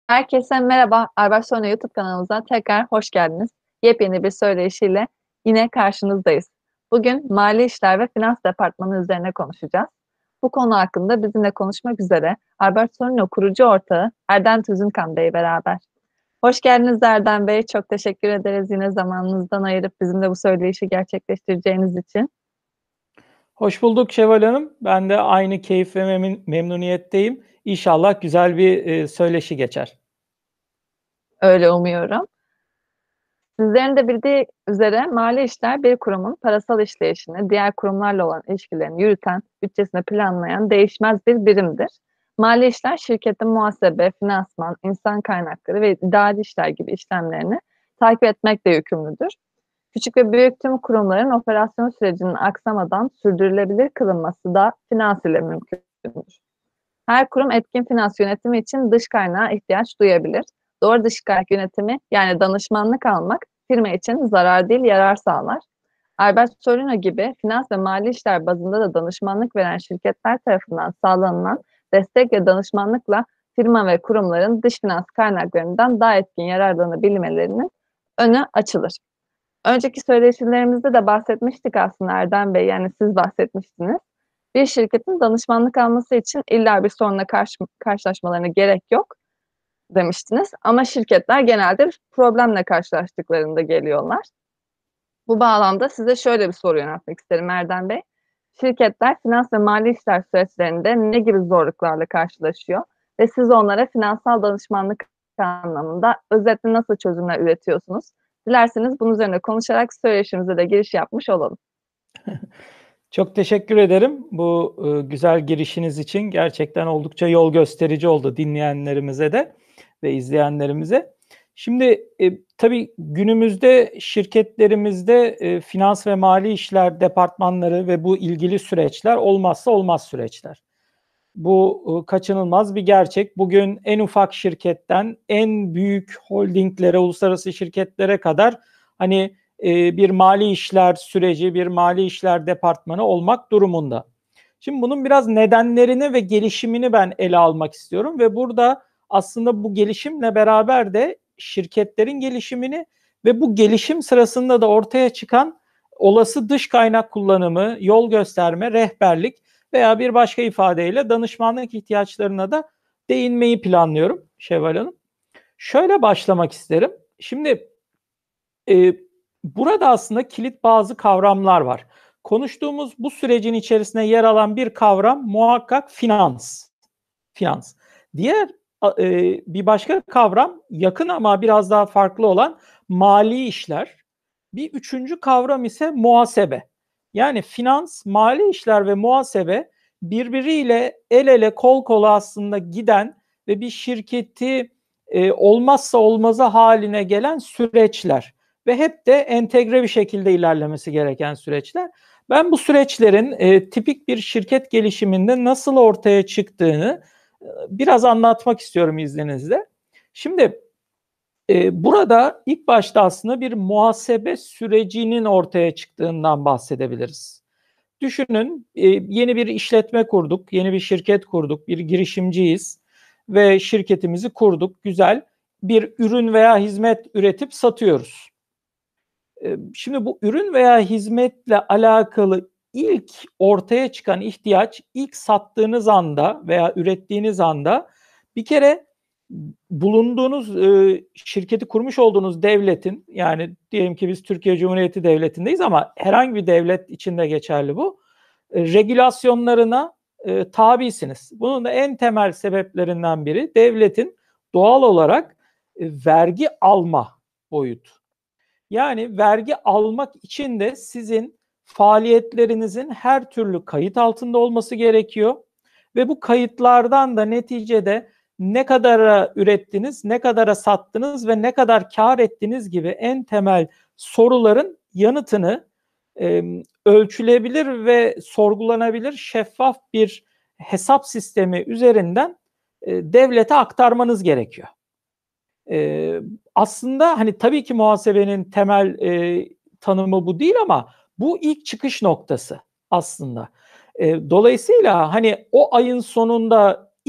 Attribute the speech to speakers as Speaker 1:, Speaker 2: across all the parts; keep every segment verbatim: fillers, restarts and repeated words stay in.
Speaker 1: Herkese merhaba. Albert Sonra YouTube kanalımıza tekrar hoş geldiniz. Yepyeni bir söyleşiyle yine karşınızdayız. Bugün mali işler ve finans departmanı üzerine konuşacağız. Bu konu hakkında bizimle konuşmak üzere Albert Sorino kurucu ortağı Erdem Tüzünkan Bey beraber. Hoş geldiniz Erdem Bey. Çok teşekkür ederiz yine zamanınızdan ayırıp bizimle bu söyleşi gerçekleştireceğiniz için.
Speaker 2: Hoş bulduk Şevval Hanım. Ben de aynı keyif ve mem- memnuniyetteyim. İnşallah güzel bir e, söyleşi geçer.
Speaker 1: Öyle umuyorum. Sizlerin de bildiği üzere mali işler bir kurumun parasal işleyişini, diğer kurumlarla olan ilişkilerini yürüten, bütçesini planlayan değişmez bir birimdir. Mali işler şirketin muhasebe, finansman, insan kaynakları ve idari işler gibi işlemlerini takip etmekle yükümlüdür. Küçük ve büyük tüm kurumların operasyon sürecinin aksamadan sürdürülebilir kılınması da finans ile mümkündür. Her kurum etkin finans yönetimi için dış kaynağa ihtiyaç duyabilir. Doğru dış kaynak yönetimi yani danışmanlık almak firma için zarar değil yarar sağlar. Albert Sorino gibi finans ve mali işler bazında da danışmanlık veren şirketler tarafından sağlanılan destek ve danışmanlıkla firma ve kurumların dış finans kaynaklarından daha etkin yararlanabilmelerinin önü açılır. Önceki söyleşilerimizde de bahsetmiştik aslında Erdem Bey, yani siz bahsetmiştiniz. Bir şirketin danışmanlık alması için illa bir sorunla karşı, karşılaşmalarına gerek yok demiştiniz. Ama şirketler genelde problemle karşılaştıklarında geliyorlar. Bu bağlamda size şöyle bir soru yöneltmek isterim Erdem Bey. Şirketler finans ve mali işler süreçlerinde ne gibi zorluklarla karşılaşıyor ve siz onlara finansal danışmanlık anlamında özetle nasıl çözümler üretiyorsunuz? Dilerseniz bunun üzerine konuşarak söyleşimize de giriş yapmış olalım.
Speaker 2: Çok teşekkür ederim bu e, güzel girişiniz için. Gerçekten oldukça yol gösterici oldu dinleyenlerimize de ve izleyenlerimize. Şimdi e, tabii günümüzde şirketlerimizde e, finans ve mali işler departmanları ve bu ilgili süreçler olmazsa olmaz süreçler. Bu e, kaçınılmaz bir gerçek. Bugün en ufak şirketten en büyük holdinglere, uluslararası şirketlere kadar hani e, bir mali işler süreci, bir mali işler departmanı olmak durumunda. Şimdi bunun biraz nedenlerini ve gelişimini ben ele almak istiyorum ve burada aslında bu gelişimle beraber de şirketlerin gelişimini ve bu gelişim sırasında da ortaya çıkan olası dış kaynak kullanımı, yol gösterme, rehberlik veya bir başka ifadeyle danışmanlık ihtiyaçlarına da değinmeyi planlıyorum Şevval Hanım. Şöyle başlamak isterim. Şimdi e, burada aslında kilit bazı kavramlar var. Konuştuğumuz bu sürecin içerisinde yer alan bir kavram muhakkak finans. Finans. Diğer e, bir başka kavram yakın ama biraz daha farklı olan mali işler. Bir üçüncü kavram ise muhasebe. Yani finans, mali işler ve muhasebe birbiriyle el ele kol kola aslında giden ve bir şirketi e, olmazsa olmazı haline gelen süreçler ve hep de entegre bir şekilde ilerlemesi gereken süreçler. Ben bu süreçlerin e, tipik bir şirket gelişiminde nasıl ortaya çıktığını e, biraz anlatmak istiyorum izninizle. Şimdi e, burada ilk başta aslında bir muhasebe sürecinin ortaya çıktığından bahsedebiliriz. Düşünün, e, yeni bir işletme kurduk, yeni bir şirket kurduk, bir girişimciyiz ve şirketimizi kurduk, güzel bir ürün veya hizmet üretip satıyoruz. E, şimdi bu ürün veya hizmetle alakalı ilk ortaya çıkan ihtiyaç, ilk sattığınız anda veya ürettiğiniz anda bir kere bulunduğunuz e, şirketi kurmuş olduğunuz devletin, yani diyelim ki biz Türkiye Cumhuriyeti Devleti'ndeyiz ama herhangi bir devlet içinde geçerli bu, e, regülasyonlarına e, tabisiniz. Bunun da en temel sebeplerinden biri devletin doğal olarak e, vergi alma boyutu. Yani vergi almak için de sizin faaliyetlerinizin her türlü kayıt altında olması gerekiyor ve bu kayıtlardan da neticede ne kadara ürettiniz, ne kadara sattınız ve ne kadar kar ettiniz gibi en temel soruların yanıtını e, ölçülebilir ve sorgulanabilir şeffaf bir hesap sistemi üzerinden e, devlete aktarmanız gerekiyor. Ee, aslında hani tabii ki muhasebenin temel e, tanımı bu değil ama bu ilk çıkış noktası aslında. E, dolayısıyla hani o ayın sonunda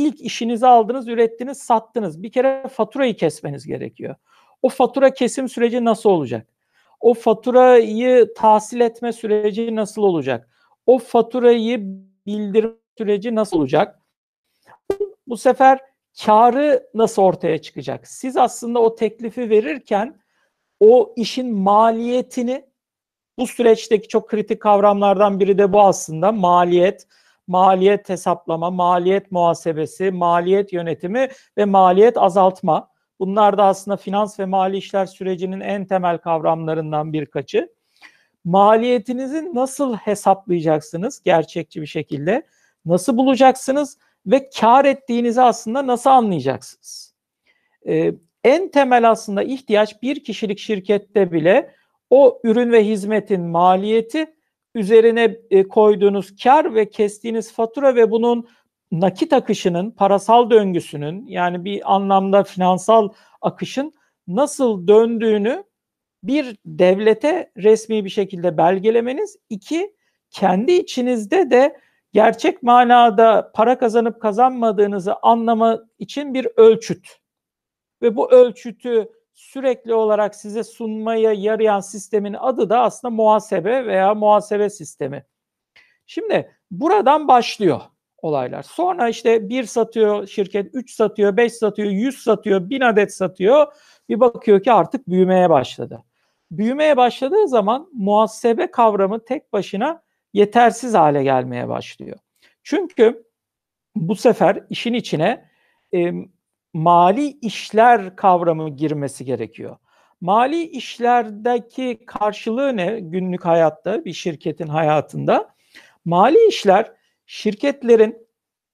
Speaker 2: ilk işinizi aldınız, ürettiniz, sattınız. Bir kere faturayı kesmeniz gerekiyor. O fatura kesim süreci nasıl olacak? O faturayı tahsil etme süreci nasıl olacak? O faturayı bildirme süreci nasıl olacak? Bu sefer karı nasıl ortaya çıkacak? Siz aslında o teklifi verirken o işin maliyetini, bu süreçteki çok kritik kavramlardan biri de bu aslında, maliyet, maliyet hesaplama, maliyet muhasebesi, maliyet yönetimi ve maliyet azaltma. Bunlar da aslında finans ve mali işler sürecinin en temel kavramlarından birkaçı. Maliyetinizi nasıl hesaplayacaksınız gerçekçi bir şekilde? Nasıl bulacaksınız ve kar ettiğinizi aslında nasıl anlayacaksınız? Ee, en temel aslında ihtiyaç bir kişilik şirkette bile o ürün ve hizmetin maliyeti, üzerine e, koyduğunuz kar ve kestiğiniz fatura ve bunun nakit akışının, parasal döngüsünün, yani bir anlamda finansal akışın nasıl döndüğünü bir, devlete resmi bir şekilde belgelemeniz, iki, kendi içinizde de gerçek manada para kazanıp kazanmadığınızı anlama için bir ölçüt. Ve bu ölçütü sürekli olarak size sunmaya yarayan sistemin adı da aslında muhasebe veya muhasebe sistemi. Şimdi buradan başlıyor olaylar. Sonra işte bir satıyor şirket, üç satıyor, beş satıyor, yüz satıyor, bin adet satıyor. Bir bakıyor ki artık büyümeye başladı. Büyümeye başladığı zaman muhasebe kavramı tek başına yetersiz hale gelmeye başlıyor. Çünkü bu sefer işin içine e, mali işler kavramı girmesi gerekiyor. Mali işlerdeki karşılığı ne günlük hayatta, bir şirketin hayatında? Mali işler şirketlerin,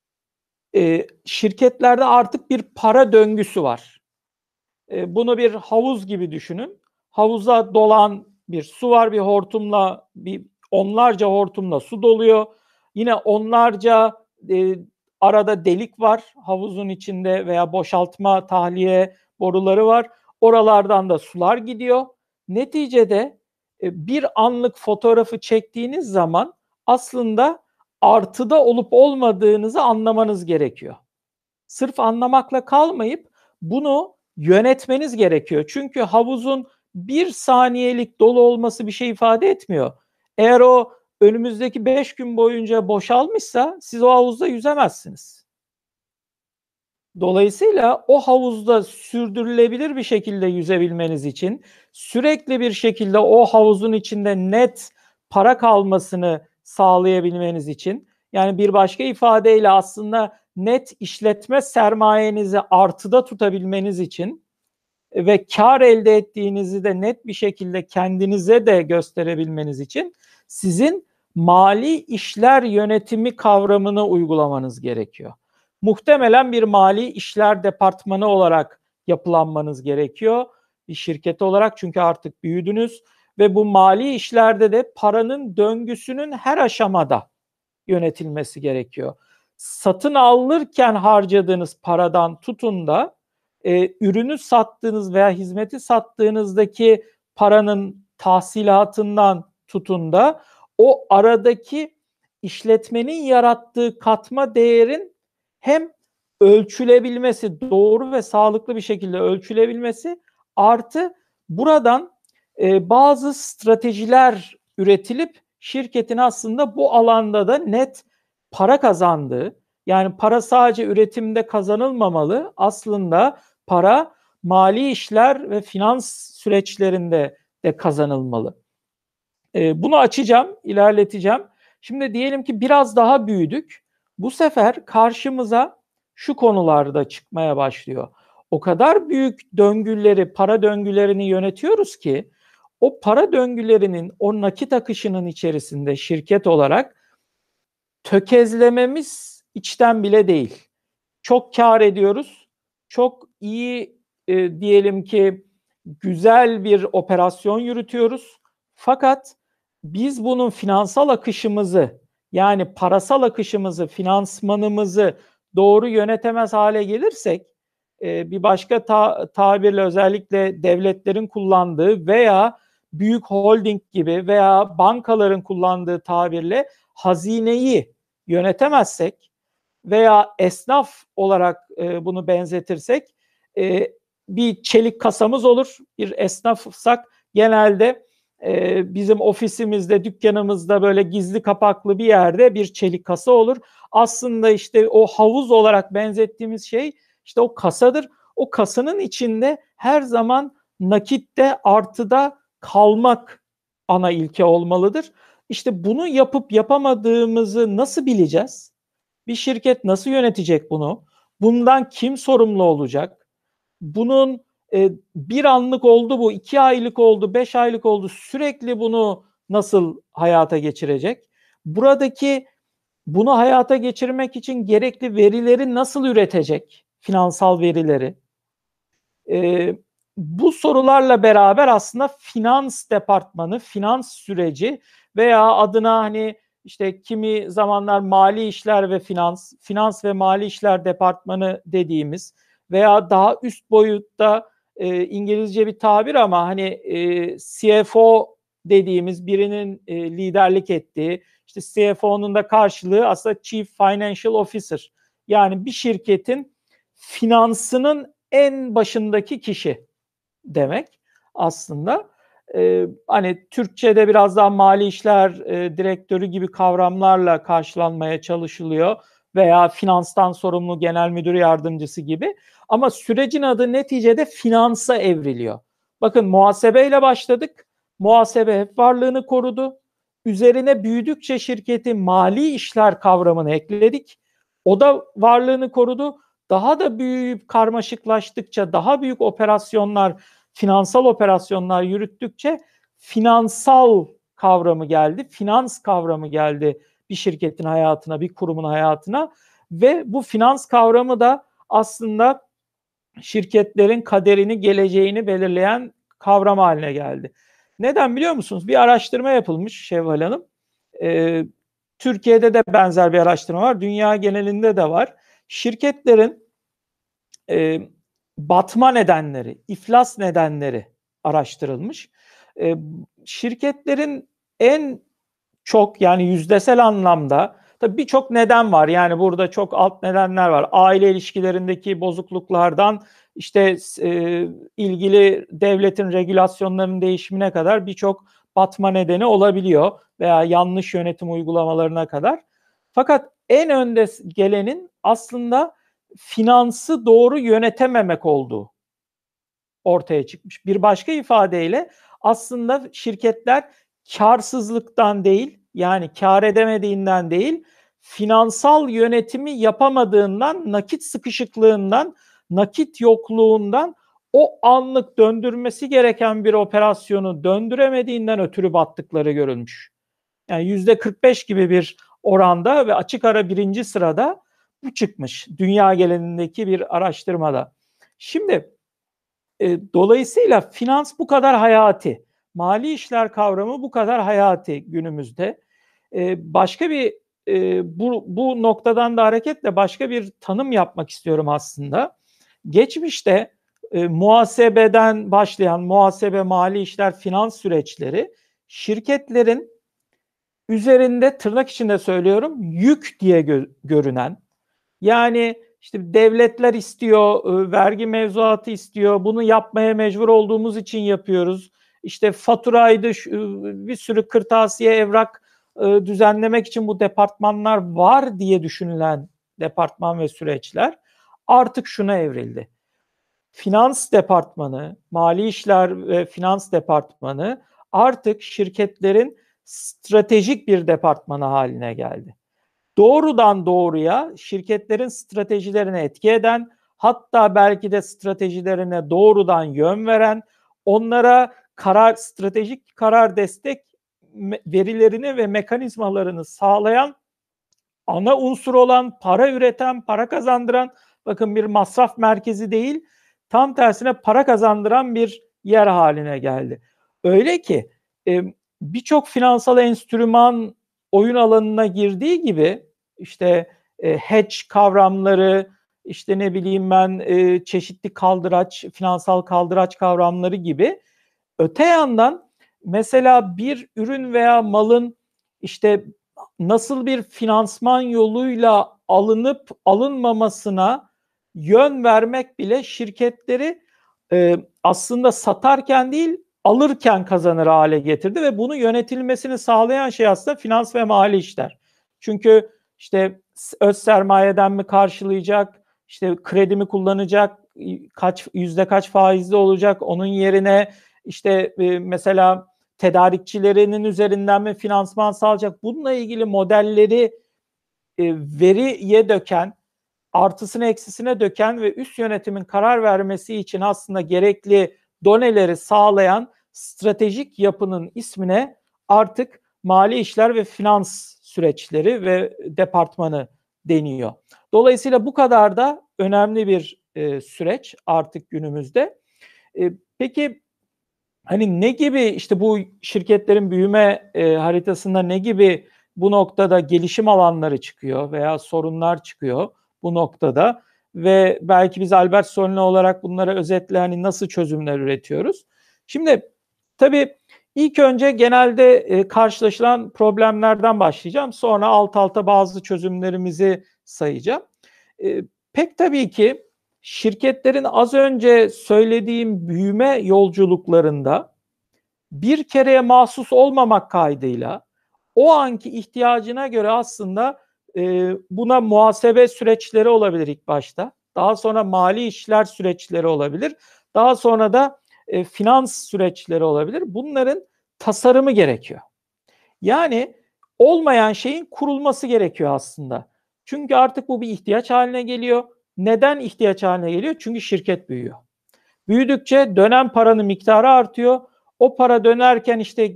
Speaker 2: e, şirketlerde artık bir para döngüsü var. E, bunu bir havuz gibi düşünün. Havuza dolan bir su var, bir hortumla, bir onlarca hortumla su doluyor. Yine onlarca e, arada delik var havuzun içinde veya boşaltma, tahliye boruları var. Oralardan da sular gidiyor. Neticede e, bir anlık fotoğrafı çektiğiniz zaman aslında artıda olup olmadığınızı anlamanız gerekiyor. Sırf anlamakla kalmayıp bunu yönetmeniz gerekiyor. Çünkü havuzun bir saniyelik dolu olması bir şey ifade etmiyor. Eğer o önümüzdeki beş gün boyunca boşalmışsa siz o havuzda yüzemezsiniz. Dolayısıyla o havuzda sürdürülebilir bir şekilde yüzebilmeniz için, sürekli bir şekilde o havuzun içinde net para kalmasını sağlayabilmeniz için, yani bir başka ifadeyle aslında net işletme sermayenizi artıda tutabilmeniz için ve kar elde ettiğinizi de net bir şekilde kendinize de gösterebilmeniz için sizin mali işler yönetimi kavramını uygulamanız gerekiyor. Muhtemelen bir mali işler departmanı olarak yapılanmanız gerekiyor. Bir şirket olarak, çünkü artık büyüdünüz ve bu mali işlerde de paranın döngüsünün her aşamada yönetilmesi gerekiyor. Satın alırken harcadığınız paradan tutun da e, ürünü sattığınız veya hizmeti sattığınızdaki paranın tahsilatından tutun da o aradaki işletmenin yarattığı katma değerin hem ölçülebilmesi, doğru ve sağlıklı bir şekilde ölçülebilmesi, artı buradan e, bazı stratejiler üretilip şirketin aslında bu alanda da net para kazandığı, yani para sadece üretimde kazanılmamalı, aslında para mali işler ve finans süreçlerinde de kazanılmalı. E, bunu açacağım, ilerleteceğim. Şimdi diyelim ki biraz daha büyüdük. Bu sefer karşımıza şu konularda çıkmaya başlıyor. O kadar büyük döngüleri, para döngülerini yönetiyoruz ki o para döngülerinin, o nakit akışının içerisinde şirket olarak tökezlememiz içten bile değil. Çok kar ediyoruz. Çok iyi e, diyelim ki güzel bir operasyon yürütüyoruz. Fakat biz bunun finansal akışımızı, yani parasal akışımızı, finansmanımızı doğru yönetemez hale gelirsek, e, bir başka ta- tabirle özellikle devletlerin kullandığı veya büyük holding gibi veya bankaların kullandığı tabirle hazineyi yönetemezsek, veya esnaf olarak e, bunu benzetirsek e, bir çelik kasamız olur. Bir esnafsak genelde e, bizim ofisimizde, dükkanımızda böyle gizli kapaklı bir yerde bir çelik kasa olur. Aslında işte o havuz olarak benzettiğimiz şey işte o kasadır. O kasanın içinde her zaman nakitte, artıda kalmak ana ilke olmalıdır. İşte bunu yapıp yapamadığımızı nasıl bileceğiz? Bir şirket nasıl yönetecek bunu? Bundan kim sorumlu olacak? Bunun e, bir anlık oldu bu, iki aylık oldu, beş aylık oldu. Sürekli bunu nasıl hayata geçirecek? Buradaki bunu hayata geçirmek için gerekli verileri nasıl üretecek? Finansal verileri. E, Bu sorularla beraber aslında finans departmanı, finans süreci veya adına hani işte kimi zamanlar mali işler ve finans, finans ve mali işler departmanı dediğimiz veya daha üst boyutta e, İngilizce bir tabir ama hani e, C F O dediğimiz birinin e, liderlik ettiği, işte C F O'nun da karşılığı aslında Chief Financial Officer. Yani bir şirketin finansının en başındaki kişi demek aslında. Ee, hani Türkçe'de biraz daha mali işler e, direktörü gibi kavramlarla karşılanmaya çalışılıyor veya finanstan sorumlu genel müdür yardımcısı gibi. Ama sürecin adı neticede finansa evriliyor. Bakın muhasebeyle başladık. Muhasebe hep varlığını korudu. Üzerine büyüdükçe şirketi mali işler kavramını ekledik. O da varlığını korudu. Daha da büyüyüp karmaşıklaştıkça, daha büyük operasyonlar, finansal operasyonlar yürüttükçe finansal kavramı geldi, finans kavramı geldi bir şirketin hayatına, bir kurumun hayatına ve bu finans kavramı da aslında şirketlerin kaderini, geleceğini belirleyen kavram haline geldi. Neden biliyor musunuz? Bir araştırma yapılmış Şevval Hanım. Ee, Türkiye'de de benzer bir araştırma var, dünya genelinde de var. Şirketlerin e, batma nedenleri, iflas nedenleri araştırılmış. E, şirketlerin en çok yani yüzdesel anlamda tabii birçok neden var. Yani burada çok alt nedenler var. Aile ilişkilerindeki bozukluklardan işte e, ilgili devletin regülasyonlarının değişimine kadar birçok batma nedeni olabiliyor veya yanlış yönetim uygulamalarına kadar. Fakat en önde gelenin aslında finansı doğru yönetememek olduğu ortaya çıkmış. Bir başka ifadeyle aslında şirketler karsızlıktan değil, yani kar edemediğinden değil, finansal yönetimi yapamadığından, nakit sıkışıklığından, nakit yokluğundan, o anlık döndürmesi gereken bir operasyonu döndüremediğinden ötürü battıkları görülmüş. Yani yüzde kırk beş gibi bir oranda ve açık ara birinci sırada bu çıkmış dünya genelindeki bir araştırmada. Şimdi e, dolayısıyla finans bu kadar hayati, mali işler kavramı bu kadar hayati günümüzde. E, başka bir e, bu, bu noktadan da hareketle başka bir tanım yapmak istiyorum aslında. Geçmişte e, muhasebeden başlayan muhasebe, mali işler, finans süreçleri şirketlerin üzerinde tırnak içinde söylüyorum yük diye gö- görünen, yani işte devletler istiyor, vergi mevzuatı istiyor, bunu yapmaya mecbur olduğumuz için yapıyoruz. İşte faturaydı, bir sürü kırtasiye, evrak düzenlemek için bu departmanlar var diye düşünülen departman ve süreçler artık şuna evrildi. Finans departmanı, mali işler ve finans departmanı artık şirketlerin stratejik bir departmanı haline geldi. Doğrudan doğruya şirketlerin stratejilerine etki eden, hatta belki de stratejilerine doğrudan yön veren, onlara karar, stratejik karar destek verilerini ve mekanizmalarını sağlayan, ana unsur olan, para üreten, para kazandıran, bakın bir masraf merkezi değil, tam tersine para kazandıran bir yer haline geldi. Öyle ki birçok finansal enstrüman oyun alanına girdiği gibi işte e, hedge kavramları, işte ne bileyim ben e, çeşitli kaldıraç, finansal kaldıraç kavramları gibi. Öte yandan mesela bir ürün veya malın işte nasıl bir finansman yoluyla alınıp alınmamasına yön vermek bile şirketleri e, aslında satarken değil, alırken kazanır hale getirdi ve bunu yönetilmesini sağlayan şey aslında finans ve mali işler. Çünkü işte öz sermayeden mi karşılayacak, işte kredi mi kullanacak, kaç yüzde kaç faizli olacak, onun yerine işte e, mesela tedarikçilerinin üzerinden mi finansman sağlayacak, bununla ilgili modelleri e, veriye döken, artısını eksisine döken ve üst yönetimin karar vermesi için aslında gerekli doneleri sağlayan stratejik yapının ismine artık mali işler ve finans süreçleri ve departmanı deniyor. Dolayısıyla bu kadar da önemli bir e, süreç artık günümüzde. E, peki hani ne gibi işte bu şirketlerin büyüme e, haritasında ne gibi bu noktada gelişim alanları çıkıyor veya sorunlar çıkıyor bu noktada ve belki biz Albert Solina olarak bunlara özetle hani nasıl çözümler üretiyoruz? Şimdi tabii ilk önce genelde e, karşılaşılan problemlerden başlayacağım. Sonra alt alta bazı çözümlerimizi sayacağım. E, pek tabii ki şirketlerin az önce söylediğim büyüme yolculuklarında bir kereye mahsus olmamak kaydıyla o anki ihtiyacına göre aslında e, buna muhasebe süreçleri olabilir ilk başta. Daha sonra mali işler süreçleri olabilir. Daha sonra da e, finans süreçleri olabilir. Bunların tasarımı gerekiyor. Yani olmayan şeyin kurulması gerekiyor aslında. Çünkü artık bu bir ihtiyaç haline geliyor. Neden ihtiyaç haline geliyor? Çünkü şirket büyüyor. Büyüdükçe dönen paranın miktarı artıyor. O para dönerken işte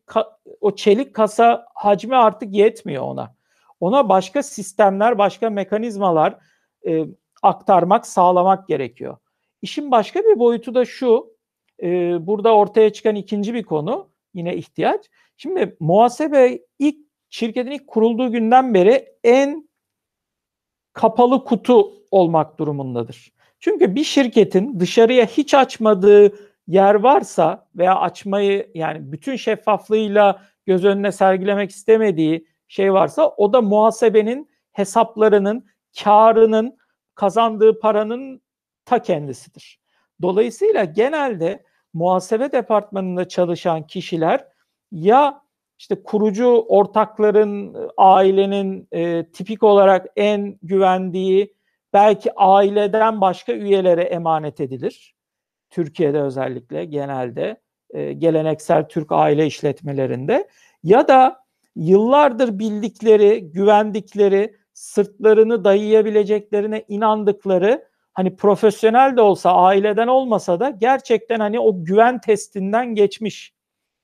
Speaker 2: o çelik kasa hacmi artık yetmiyor ona. Ona başka sistemler, başka mekanizmalar e, aktarmak, sağlamak gerekiyor. İşin başka bir boyutu da şu, e, burada ortaya çıkan ikinci bir konu, yine ihtiyaç. Şimdi muhasebe ilk şirketin ilk kurulduğu günden beri en kapalı kutu olmak durumundadır. Çünkü bir şirketin dışarıya hiç açmadığı yer varsa veya açmayı yani bütün şeffaflığıyla göz önüne sergilemek istemediği şey varsa o da muhasebenin hesaplarının, karının, kazandığı paranın ta kendisidir. Dolayısıyla genelde muhasebe departmanında çalışan kişiler ya işte kurucu ortakların, ailenin e, tipik olarak en güvendiği, belki aileden başka üyelere emanet edilir. Türkiye'de özellikle genelde e, geleneksel Türk aile işletmelerinde ya da yıllardır bildikleri, güvendikleri, sırtlarını dayayabileceklerine inandıkları, hani profesyonel de olsa, aileden olmasa da gerçekten hani o güven testinden geçmiş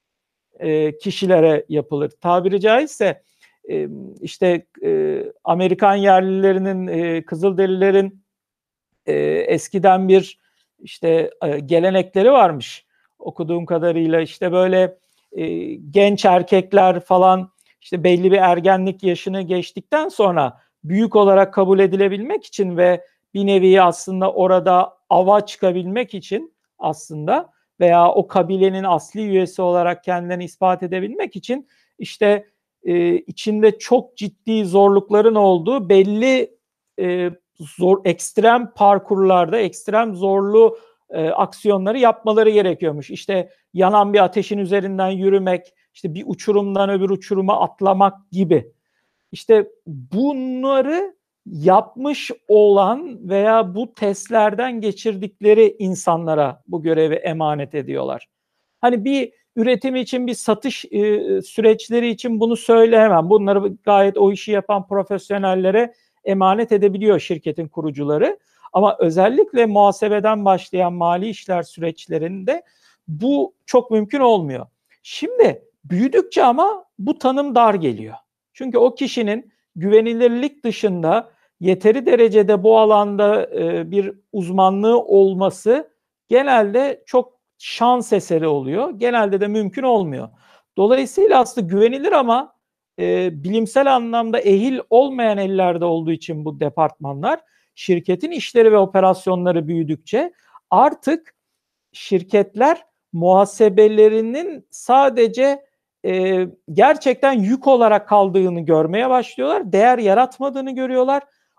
Speaker 2: e, kişilere yapılır. Tabiri caizse e, işte e, Amerikan yerlilerinin, e, Kızılderililerin e, eskiden bir işte e, gelenekleri varmış. Okuduğum kadarıyla işte böyle e, genç erkekler falan işte belli bir ergenlik yaşını geçtikten sonra büyük olarak kabul edilebilmek için ve bir nevi aslında orada ava çıkabilmek için aslında veya o kabilenin asli üyesi olarak kendini ispat edebilmek için işte e, içinde çok ciddi zorlukların olduğu belli e, zor ekstrem parkurlarda ekstrem zorlu e, aksiyonları yapmaları gerekiyormuş. İşte yanan bir ateşin üzerinden yürümek, işte bir uçurumdan öbür uçuruma atlamak gibi. İşte bunları yapmış olan veya bu testlerden geçirdikleri insanlara bu görevi emanet ediyorlar. Hani bir üretim için, bir satış e, süreçleri için bunu söyleyemem. Bunları gayet o işi yapan profesyonellere emanet edebiliyor şirketin kurucuları. Ama özellikle muhasebeden başlayan mali işler süreçlerinde bu çok mümkün olmuyor. Şimdi büyüdükçe ama bu tanım dar geliyor. Çünkü o kişinin güvenilirlik dışında yeteri derecede bu alanda e, bir uzmanlığı olması genelde çok şans eseri oluyor. Genelde de mümkün olmuyor. Dolayısıyla aslında güvenilir ama e, bilimsel anlamda ehil olmayan ellerde olduğu için bu departmanlar şirketin işleri ve operasyonları büyüdükçe artık şirketler muhasebelerinin sadece e, gerçekten yük olarak kaldığını görmeye başlıyorlar. Değer yaratmadığını görüyorlar.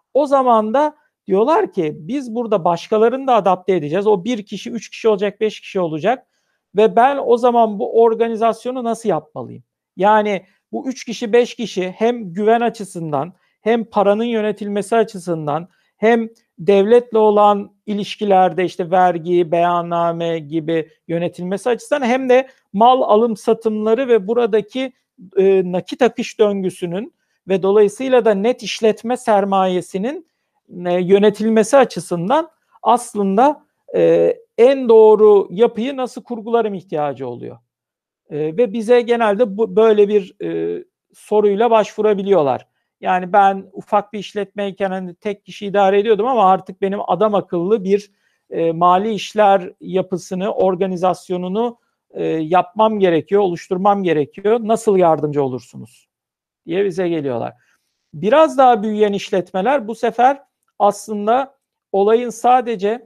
Speaker 2: O zaman da diyorlar ki biz burada başkalarını da adapte edeceğiz. O bir kişi, üç kişi olacak, beş kişi olacak ve ben o zaman bu organizasyonu nasıl yapmalıyım? Yani bu üç kişi, beş kişi hem güven açısından, hem paranın yönetilmesi açısından, hem devletle olan ilişkilerde işte vergi, beyanname gibi yönetilmesi açısından, hem de mal alım satımları ve buradaki e, nakit akış döngüsünün ve dolayısıyla da net işletme sermayesinin e, yönetilmesi açısından aslında e, en doğru yapıyı nasıl kurgularım ihtiyacı oluyor. E, ve bize genelde bu böyle bir e, soruyla başvurabiliyorlar. Yani ben ufak bir işletmeyken hani tek kişi idare ediyordum ama artık benim adam akıllı bir e, mali işler yapısını, organizasyonunu e, yapmam gerekiyor, oluşturmam gerekiyor. Nasıl yardımcı olursunuz diye bize geliyorlar. Biraz daha büyüyen işletmeler bu sefer aslında olayın sadece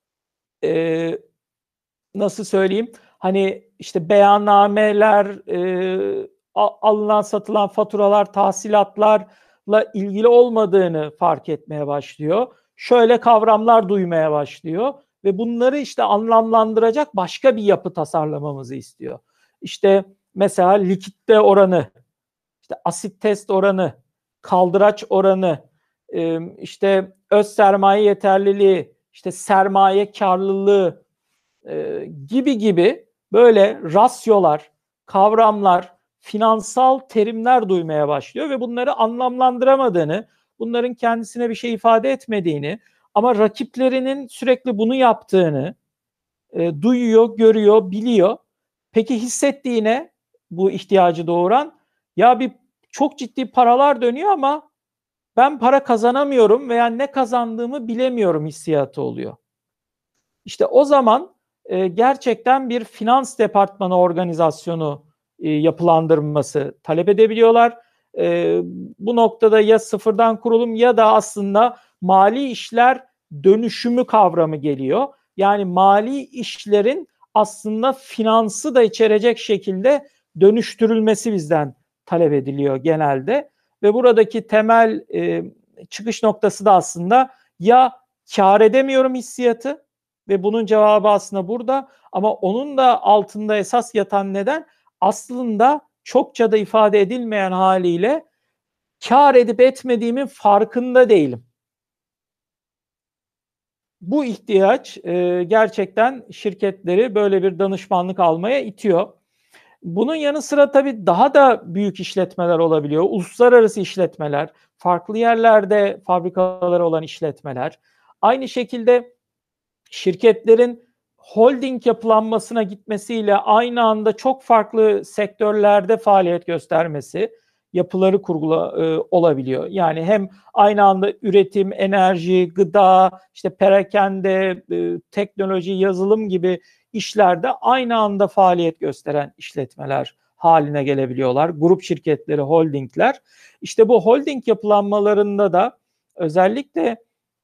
Speaker 2: e, nasıl söyleyeyim, hani işte beyannameler, e, alınan satılan faturalar, tahsilatlarla ilgili olmadığını fark etmeye başlıyor. Şöyle kavramlar duymaya başlıyor ve bunları işte anlamlandıracak başka bir yapı tasarlamamızı istiyor. İşte mesela likitte oranı, işte asit test oranı, kaldıraç oranı, işte öz sermaye yeterliliği, işte sermaye karlılığı gibi gibi böyle rasyolar, kavramlar, finansal terimler duymaya başlıyor ve bunları anlamlandıramadığını, bunların kendisine bir şey ifade etmediğini ama rakiplerinin sürekli bunu yaptığını e, duyuyor, görüyor, biliyor. Peki hissettiğine bu ihtiyacı doğuran, ya bir çok ciddi paralar dönüyor ama ben para kazanamıyorum veya ne kazandığımı bilemiyorum hissiyatı oluyor. İşte o zaman e, gerçekten bir finans departmanı organizasyonu e, yapılandırılması talep edebiliyorlar. E, bu noktada ya sıfırdan kurulum ya da aslında mali işler dönüşümü kavramı geliyor. Yani mali işlerin aslında finansı da içerecek şekilde dönüştürülmesi bizden talep ediliyor genelde. Ve buradaki temel e, çıkış noktası da aslında ya kar edemiyorum hissiyatı ve bunun cevabı aslında burada, ama onun da altında esas yatan neden aslında çokça da ifade edilmeyen haliyle kar edip etmediğimin farkında değilim. Bu ihtiyaç e, gerçekten şirketleri böyle bir danışmanlık almaya itiyor. Bunun yanı sıra tabii daha da büyük işletmeler olabiliyor. Uluslararası işletmeler, farklı yerlerde fabrikaları olan işletmeler. Aynı şekilde şirketlerin holding yapılanmasına gitmesiyle aynı anda çok farklı sektörlerde faaliyet göstermesi, yapıları kurgula e, olabiliyor. Yani hem aynı anda üretim, enerji, gıda, işte perakende, e, teknoloji, yazılım gibi işlerde aynı anda faaliyet gösteren işletmeler haline gelebiliyorlar. Grup şirketleri, holdingler. İşte bu holding yapılanmalarında da özellikle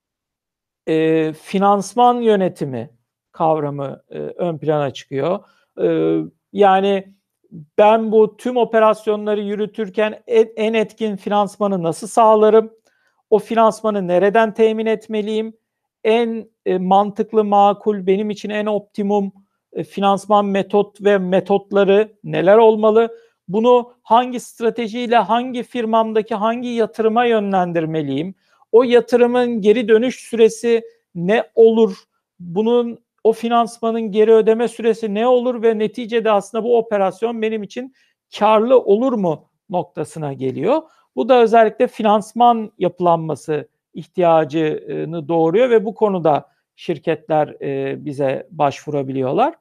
Speaker 2: e, finansman yönetimi kavramı e, ön plana çıkıyor. E, yani ben bu tüm operasyonları yürütürken en, en etkin finansmanı nasıl sağlarım? O finansmanı nereden temin etmeliyim? En e, mantıklı, makul, benim için en optimum e, finansman metot ve metotları neler olmalı? Bunu hangi stratejiyle, hangi firmamdaki hangi yatırıma yönlendirmeliyim? O yatırımın geri dönüş süresi ne olur? Bunun, o finansmanın geri ödeme süresi ne olur ve neticede aslında bu operasyon benim için karlı olur mu noktasına geliyor. Bu da özellikle finansman yapılanması ihtiyacını doğuruyor ve bu konuda şirketler e, bize başvurabiliyorlar.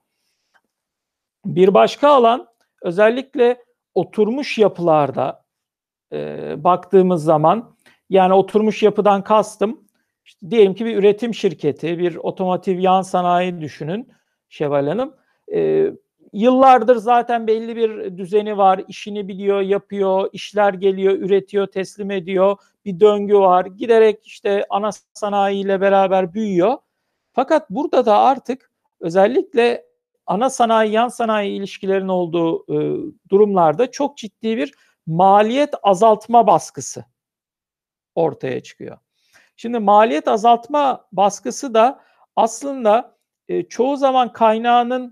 Speaker 2: Bir başka alan özellikle oturmuş yapılarda e, baktığımız zaman, yani oturmuş yapıdan kastım, işte diyelim ki bir üretim şirketi, bir otomotiv yan sanayi düşünün Şevval Hanım. E, yıllardır zaten belli bir düzeni var, işini biliyor, yapıyor, işler geliyor, üretiyor, teslim ediyor, bir döngü var. Giderek işte ana sanayiyle beraber büyüyor. Fakat burada da artık özellikle ana sanayi, yan sanayi ilişkilerinin olduğu e, durumlarda çok ciddi bir maliyet azaltma baskısı ortaya çıkıyor. Şimdi maliyet azaltma baskısı da aslında e, çoğu zaman kaynağının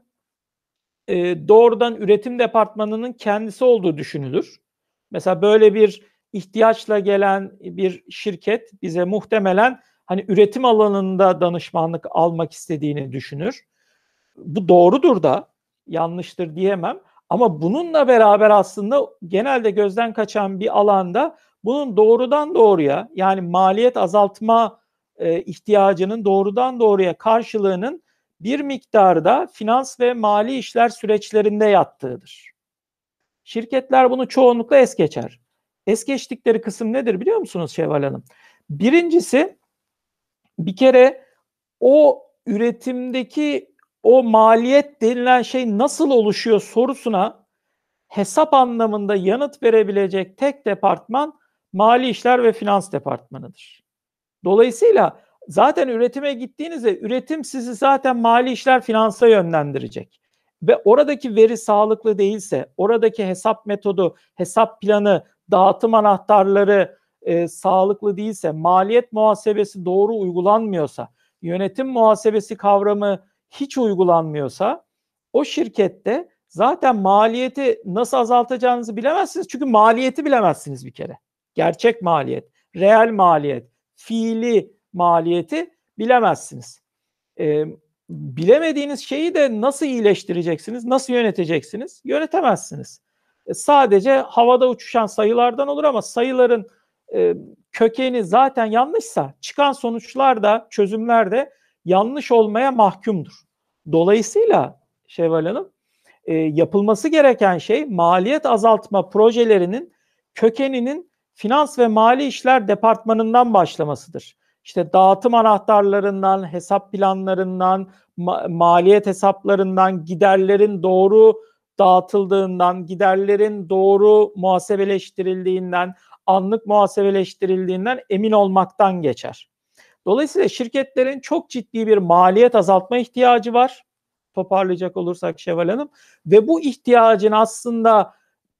Speaker 2: e, doğrudan üretim departmanının kendisi olduğu düşünülür. Mesela böyle bir ihtiyaçla gelen bir şirket bize muhtemelen hani üretim alanında danışmanlık almak istediğini düşünür. Bu doğrudur da, yanlıştır diyemem. Ama bununla beraber aslında genelde gözden kaçan bir alanda bunun doğrudan doğruya, yani maliyet azaltma e, ihtiyacının doğrudan doğruya karşılığının bir miktarda finans ve mali işler süreçlerinde yattığıdır. Şirketler bunu çoğunlukla es geçer. Es geçtikleri kısım nedir biliyor musunuz Şevval Hanım? Birincisi, bir kere o üretimdeki o maliyet denilen şey nasıl oluşuyor sorusuna hesap anlamında yanıt verebilecek tek departman mali işler ve finans departmanıdır. Dolayısıyla zaten üretime gittiğinizde üretim sizi zaten mali işler finansa yönlendirecek. Ve oradaki veri sağlıklı değilse, oradaki hesap metodu, hesap planı, dağıtım anahtarları e, sağlıklı değilse, maliyet muhasebesi doğru uygulanmıyorsa, yönetim muhasebesi kavramı hiç uygulanmıyorsa, o şirkette zaten maliyeti nasıl azaltacağınızı bilemezsiniz. Çünkü maliyeti bilemezsiniz bir kere. Gerçek maliyet, reel maliyet, fiili maliyeti bilemezsiniz. E, bilemediğiniz şeyi de nasıl iyileştireceksiniz, nasıl yöneteceksiniz? Yönetemezsiniz. E, sadece havada uçuşan sayılardan olur ama sayıların e, kökeni zaten yanlışsa çıkan sonuçlar da, çözümler de yanlış olmaya mahkumdur. Dolayısıyla Şevval Hanım, e, yapılması gereken şey maliyet azaltma projelerinin kökeninin finans ve mali işler departmanından başlamasıdır. İşte dağıtım anahtarlarından, hesap planlarından, ma- maliyet hesaplarından, giderlerin doğru dağıtıldığından, giderlerin doğru muhasebeleştirildiğinden, anlık muhasebeleştirildiğinden emin olmaktan geçer. Dolayısıyla şirketlerin çok ciddi bir maliyet azaltma ihtiyacı var. Toparlayacak olursak Şevval Hanım, ve bu ihtiyacın aslında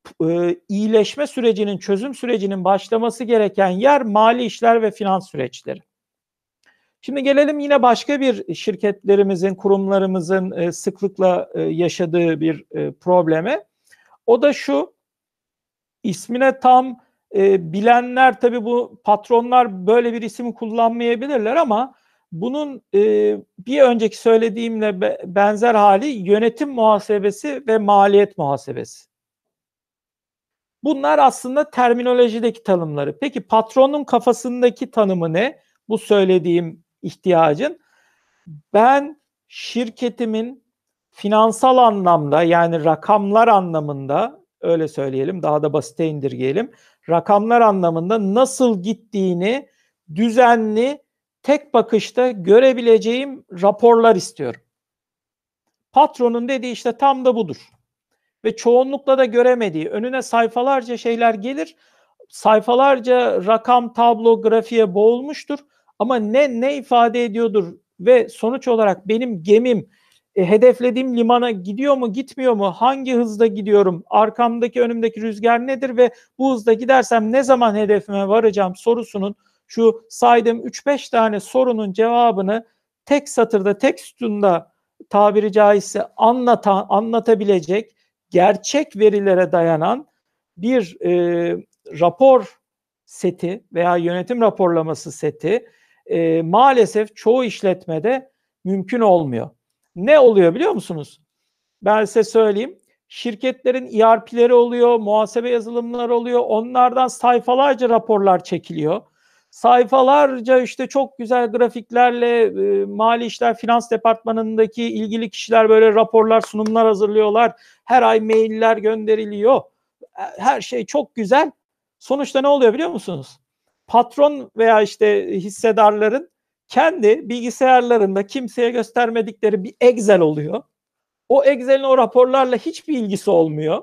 Speaker 2: e, iyileşme sürecinin, çözüm sürecinin başlaması gereken yer mali işler ve finans süreçleri. Şimdi gelelim yine başka bir şirketlerimizin, kurumlarımızın e, sıklıkla e, yaşadığı bir e, probleme. O da şu, ismine tam e, bilenler, tabii bu patronlar böyle bir isim kullanmayabilirler ama bunun e, bir önceki söylediğimle be, benzer hali yönetim muhasebesi ve maliyet muhasebesi. Bunlar aslında terminolojideki tanımları. Peki patronun kafasındaki tanımı ne? Bu söylediğim ihtiyacın. Ben şirketimin finansal anlamda, yani rakamlar anlamında, öyle söyleyelim, daha da basite indirgeyelim, rakamlar anlamında nasıl gittiğini düzenli, tek bakışta görebileceğim raporlar istiyorum. Patronun dediği işte tam da budur. Ve çoğunlukla da göremediği, önüne sayfalarca şeyler gelir, sayfalarca rakam, tablo, grafiğe boğulmuştur ama ne ne ifade ediyordur ve sonuç olarak benim gemim e, hedeflediğim limana gidiyor mu, gitmiyor mu, hangi hızda gidiyorum, arkamdaki önümdeki rüzgar nedir ve bu hızda gidersem ne zaman hedefime varacağım sorusunun, şu saydığım üç beş tane sorunun cevabını tek satırda, tek sütunda tabiri caizse anlatan, anlatabilecek gerçek verilere dayanan bir e, rapor seti veya yönetim raporlaması seti e, maalesef çoğu işletmede mümkün olmuyor. Ne oluyor biliyor musunuz? Ben size söyleyeyim. Şirketlerin E R P'leri oluyor, muhasebe yazılımları oluyor. Onlardan sayfalarca raporlar çekiliyor. Sayfalarca işte çok güzel grafiklerle e, mali işler finans departmanındaki ilgili kişiler böyle raporlar, sunumlar hazırlıyorlar. Her ay mailler gönderiliyor. Her şey çok güzel. Sonuçta ne oluyor biliyor musunuz? Patron veya işte hissedarların kendi bilgisayarlarında kimseye göstermedikleri bir Excel oluyor. O Excel'in o raporlarla hiçbir ilgisi olmuyor.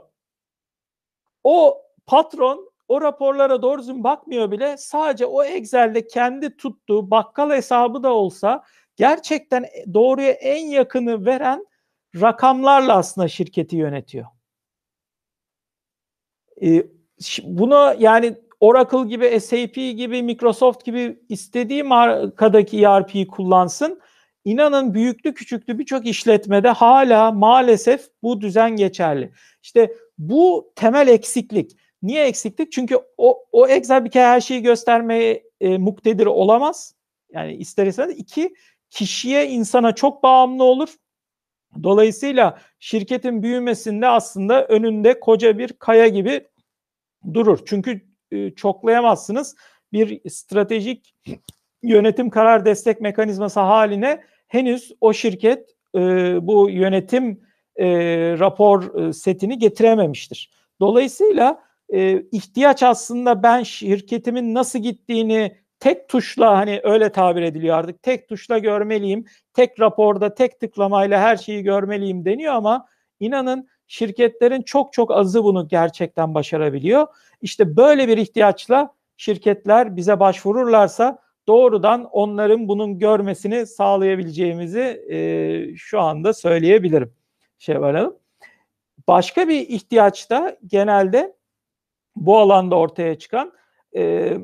Speaker 2: O patron o raporlara doğru düzgün bakmıyor bile. Sadece o Excel'de kendi tuttuğu bakkal hesabı da olsa gerçekten doğruya en yakını veren rakamlarla aslında şirketi yönetiyor. Ee, buna yani Oracle gibi, S A P gibi, Microsoft gibi istediği markadaki E R P'yi kullansın. İnanın büyüklü küçüklü birçok işletmede hala maalesef bu düzen geçerli. İşte bu temel eksiklik. Niye eksiklik? Çünkü o, o Excel bir kere her şeyi göstermeye e, muktedir olamaz. Yani ister istemez. İki, kişiye, insana çok bağımlı olur. Dolayısıyla şirketin büyümesinde aslında önünde koca bir kaya gibi durur. Çünkü e, çoklayamazsınız. Bir stratejik yönetim karar destek mekanizması haline henüz o şirket e, bu yönetim e, rapor e, setini getirememiştir. Dolayısıyla e, ihtiyaç aslında ben şirketimin nasıl gittiğini tek tuşla, hani öyle tabir ediliyor artık, tek tuşla görmeliyim, tek raporda tek tıklamayla her şeyi görmeliyim deniyor ama inanın şirketlerin çok çok azı bunu gerçekten başarabiliyor. İşte böyle bir ihtiyaçla şirketler bize başvururlarsa doğrudan onların bunun görmesini sağlayabileceğimizi e, şu anda söyleyebilirim. Şevval Hanım. Başka bir ihtiyaç da genelde bu alanda ortaya çıkan e,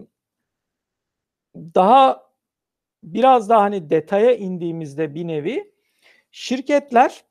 Speaker 2: daha biraz daha hani detaya indiğimizde bir nevi şirketler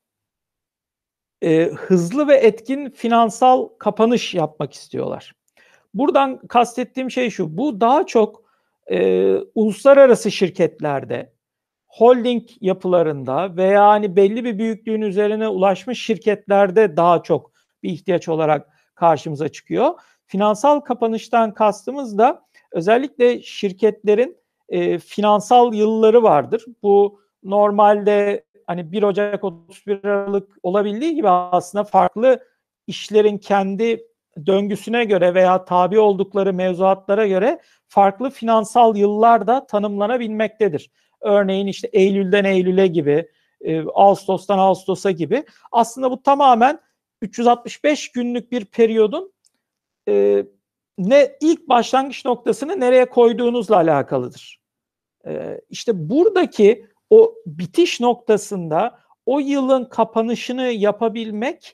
Speaker 2: e, hızlı ve etkin finansal kapanış yapmak istiyorlar. Buradan kastettiğim şey şu, bu daha çok e, uluslararası şirketlerde, holding yapılarında veya hani belli bir büyüklüğün üzerine ulaşmış şirketlerde daha çok bir ihtiyaç olarak karşımıza çıkıyor. Finansal kapanıştan kastımız da özellikle şirketlerin e, finansal yılları vardır. Bu normalde hani bir Ocak otuz bir Aralık olabildiği gibi aslında farklı işlerin kendi döngüsüne göre veya tabi oldukları mevzuatlara göre farklı finansal yıllar da tanımlanabilmektedir. Örneğin işte Eylül'den Eylül'e gibi, e, Ağustos'tan Ağustos'a gibi. Aslında bu tamamen üç yüz altmış beş günlük bir periyodun e, ne ilk başlangıç noktasını nereye koyduğunuzla alakalıdır. E, işte buradaki o bitiş noktasında o yılın kapanışını yapabilmek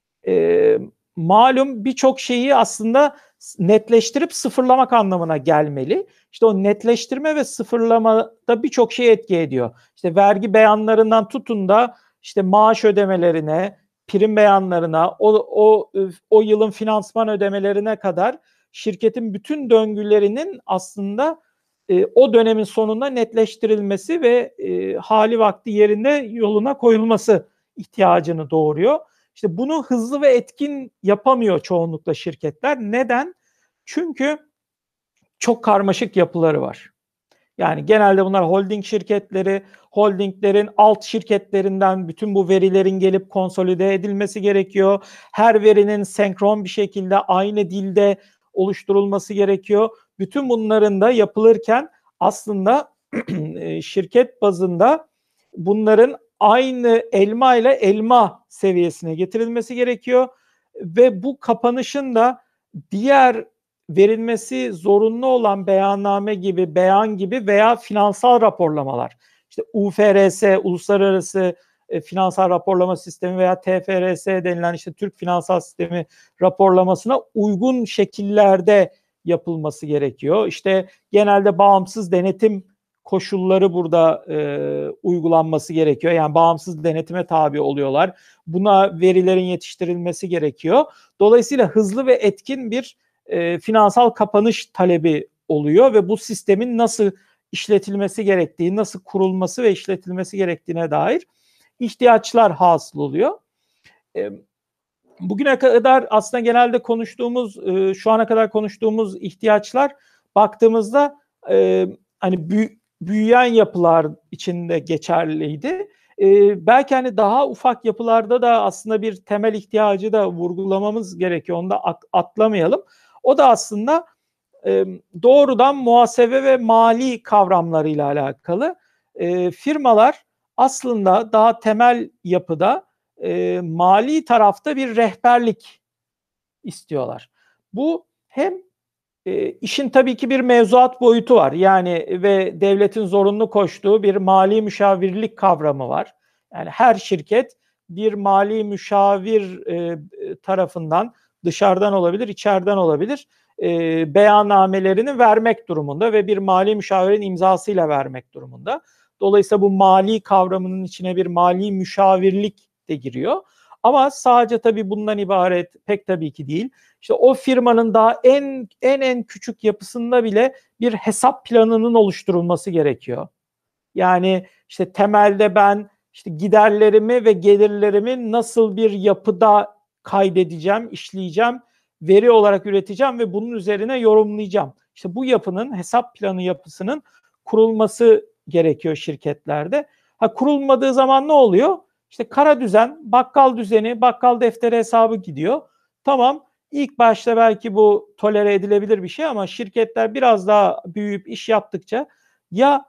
Speaker 2: e, malum birçok şeyi aslında netleştirip sıfırlamak anlamına gelmeli. İşte o netleştirme ve sıfırlamada birçok şey etki ediyor. İşte vergi beyanlarından tutun da işte maaş ödemelerine, prim beyanlarına, o, o, o yılın finansman ödemelerine kadar şirketin bütün döngülerinin aslında e, o dönemin sonunda netleştirilmesi ve e, hali vakti yerinde yoluna koyulması ihtiyacını doğuruyor. İşte bunu hızlı ve etkin yapamıyor çoğunlukla şirketler. Neden? Çünkü çok karmaşık yapıları var. Yani genelde bunlar holding şirketleri, holdinglerin alt şirketlerinden bütün bu verilerin gelip konsolide edilmesi gerekiyor. Her verinin senkron bir şekilde aynı dilde oluşturulması gerekiyor. Bütün bunların da yapılırken aslında şirket bazında bunların aynı elma ile elma seviyesine getirilmesi gerekiyor ve bu kapanışın da diğer verilmesi zorunlu olan beyanname gibi, beyan gibi veya finansal raporlamalar, işte U F R S, Uluslararası e, Finansal Raporlama Sistemi veya T F R S denilen işte Türk Finansal Sistemi raporlamasına uygun şekillerde yapılması gerekiyor. İşte genelde bağımsız denetim koşulları burada e, uygulanması gerekiyor. Yani bağımsız denetime tabi oluyorlar. Buna verilerin yetiştirilmesi gerekiyor. Dolayısıyla hızlı ve etkin bir e, finansal kapanış talebi oluyor ve bu sistemin nasıl işletilmesi gerektiği, nasıl kurulması ve işletilmesi gerektiğine dair ihtiyaçlar hasıl oluyor. E, bugüne kadar aslında genelde konuştuğumuz, e, şu ana kadar konuştuğumuz ihtiyaçlar baktığımızda e, hani büyük büyüyen yapılar içinde geçerliydi. Ee, belki hani daha ufak yapılarda da aslında bir temel ihtiyacı da vurgulamamız gerekiyor. Onu da atlamayalım. O da aslında e, doğrudan muhasebe ve mali kavramlarıyla alakalı. E, firmalar aslında daha temel yapıda e, mali tarafta bir rehberlik istiyorlar. Bu hem E, işin tabii ki bir mevzuat boyutu var. Yani ve devletin zorunlu koştuğu bir mali müşavirlik kavramı var. Yani her şirket bir mali müşavir e, tarafından, dışarıdan olabilir, içeriden olabilir, e, beyannamelerini vermek durumunda ve bir mali müşavirin imzasıyla vermek durumunda. Dolayısıyla bu mali kavramının içine bir mali müşavirlik de giriyor. Ama sadece tabii bundan ibaret pek tabii ki değil. İşte o firmanın daha en en en küçük yapısında bile bir hesap planının oluşturulması gerekiyor. Yani işte temelde ben işte giderlerimi ve gelirlerimi nasıl bir yapıda kaydedeceğim, işleyeceğim, veri olarak üreteceğim ve bunun üzerine yorumlayacağım. İşte bu yapının, hesap planı yapısının kurulması gerekiyor şirketlerde. Ha, kurulmadığı zaman ne oluyor? İşte kara düzen, bakkal düzeni, bakkal defteri hesabı gidiyor. Tamam, ilk başta belki bu tolere edilebilir bir şey ama şirketler biraz daha büyüyüp iş yaptıkça ya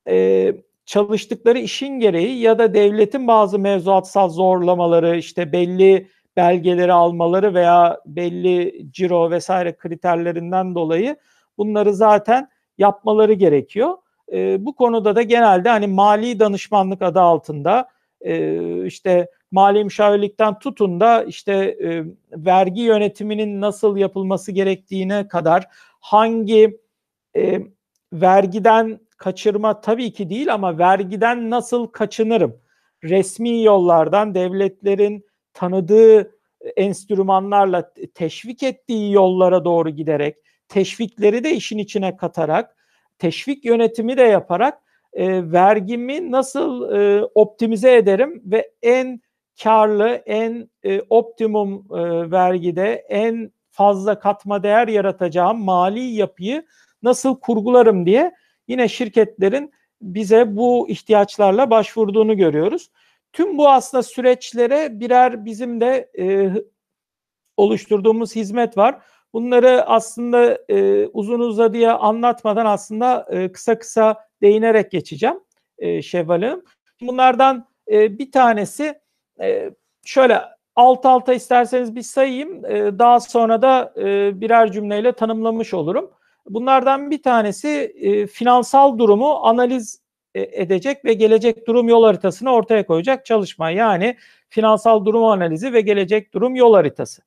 Speaker 2: e, çalıştıkları işin gereği ya da devletin bazı mevzuatsal zorlamaları, işte belli belgeleri almaları veya belli ciro vesaire kriterlerinden dolayı bunları zaten yapmaları gerekiyor. E, bu konuda da genelde hani mali danışmanlık adı altında e, işte mali müşavirlikten tutun da işte e, vergi yönetiminin nasıl yapılması gerektiğine kadar hangi e, vergiden kaçırma tabii ki değil ama vergiden nasıl kaçınırım? Resmi yollardan devletlerin tanıdığı enstrümanlarla teşvik ettiği yollara doğru giderek, teşvikleri de işin içine katarak, teşvik yönetimi de yaparak e, vergimi nasıl e, optimize ederim ve en karlı, en e, optimum e, vergide en fazla katma değer yaratacağım mali yapıyı nasıl kurgularım diye yine şirketlerin bize bu ihtiyaçlarla başvurduğunu görüyoruz. Tüm bu aslında süreçlere birer bizim de e, oluşturduğumuz hizmet var. Bunları aslında e, uzun uzadıya anlatmadan aslında e, kısa kısa değinerek geçeceğim e, Şevval Hanım. Bunlardan e, bir tanesi e, şöyle alt alta isterseniz bir sayayım. E, daha sonra da e, birer cümleyle tanımlamış olurum. Bunlardan bir tanesi e, finansal durumu analiz edecek ve gelecek durum yol haritasını ortaya koyacak çalışma. Yani finansal durum analizi ve gelecek durum yol haritası.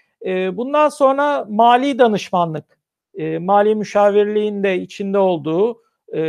Speaker 2: E, bundan sonra mali danışmanlık, e, mali müşavirliğin de içinde olduğu,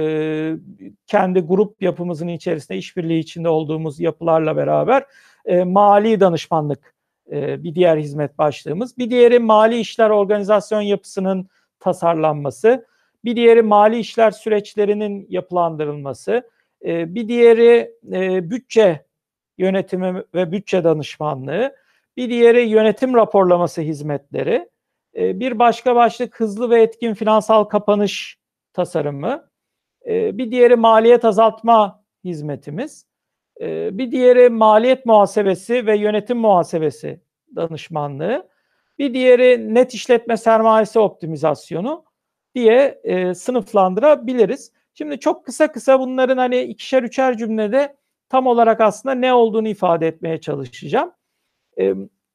Speaker 2: e, kendi grup yapımızın içerisinde işbirliği içinde olduğumuz yapılarla beraber e, mali danışmanlık e, bir diğer hizmet başlığımız. Bir diğeri mali işler organizasyon yapısının tasarlanması. Bir diğeri mali işler süreçlerinin yapılandırılması. E, bir diğeri e, bütçe yönetimi ve bütçe danışmanlığı. Bir diğeri yönetim raporlaması hizmetleri. E, bir başka başlık hızlı ve etkin finansal kapanış tasarımı. E, bir diğeri maliyet azaltma hizmetimiz. E, bir diğeri maliyet muhasebesi ve yönetim muhasebesi danışmanlığı. Bir diğeri net işletme sermayesi optimizasyonu diye e, sınıflandırabiliriz. Şimdi çok kısa kısa bunların hani ikişer üçer cümlede tam olarak aslında ne olduğunu ifade etmeye çalışacağım. E,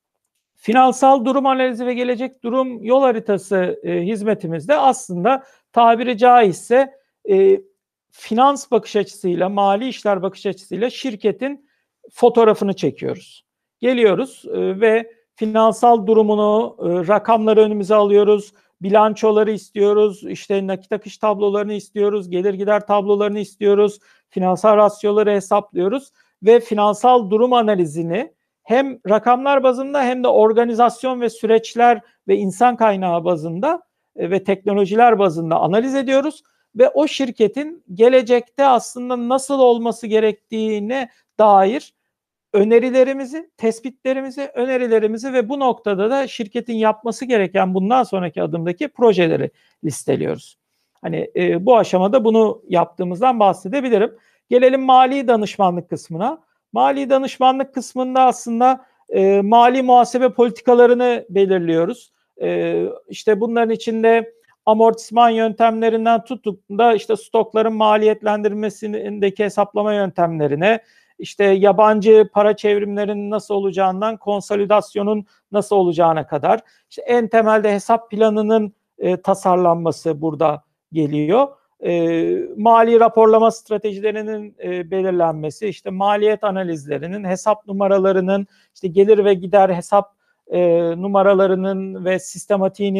Speaker 2: finansal durum analizi ve gelecek durum yol haritası e, hizmetimizde aslında tabiri caizse e, finans bakış açısıyla, mali işler bakış açısıyla şirketin fotoğrafını çekiyoruz. Geliyoruz e, ve finansal durumunu, e, rakamları önümüze alıyoruz, bilançoları istiyoruz, işte nakit akış tablolarını istiyoruz, gelir gider tablolarını istiyoruz, finansal rasyoları hesaplıyoruz ve finansal durum analizini hem rakamlar bazında hem de organizasyon ve süreçler ve insan kaynağı bazında e, ve teknolojiler bazında analiz ediyoruz ve o şirketin gelecekte aslında nasıl olması gerektiğine dair önerilerimizi, tespitlerimizi, önerilerimizi ve bu noktada da şirketin yapması gereken bundan sonraki adımdaki projeleri listeliyoruz. Hani e, bu aşamada bunu yaptığımızdan bahsedebilirim. Gelelim mali danışmanlık kısmına. Mali danışmanlık kısmında aslında e, mali muhasebe politikalarını belirliyoruz. E, işte bunların içinde amortisman yöntemlerinden tutup da işte stokların maliyetlendirmesindeki hesaplama yöntemlerine, işte yabancı para çevrimlerinin nasıl olacağından konsolidasyonun nasıl olacağına kadar, işte en temelde hesap planının e, tasarlanması burada geliyor. E, mali raporlama stratejilerinin e, belirlenmesi, işte maliyet analizlerinin, hesap numaralarının, işte gelir ve gider hesap e, numaralarının ve sistematiğinin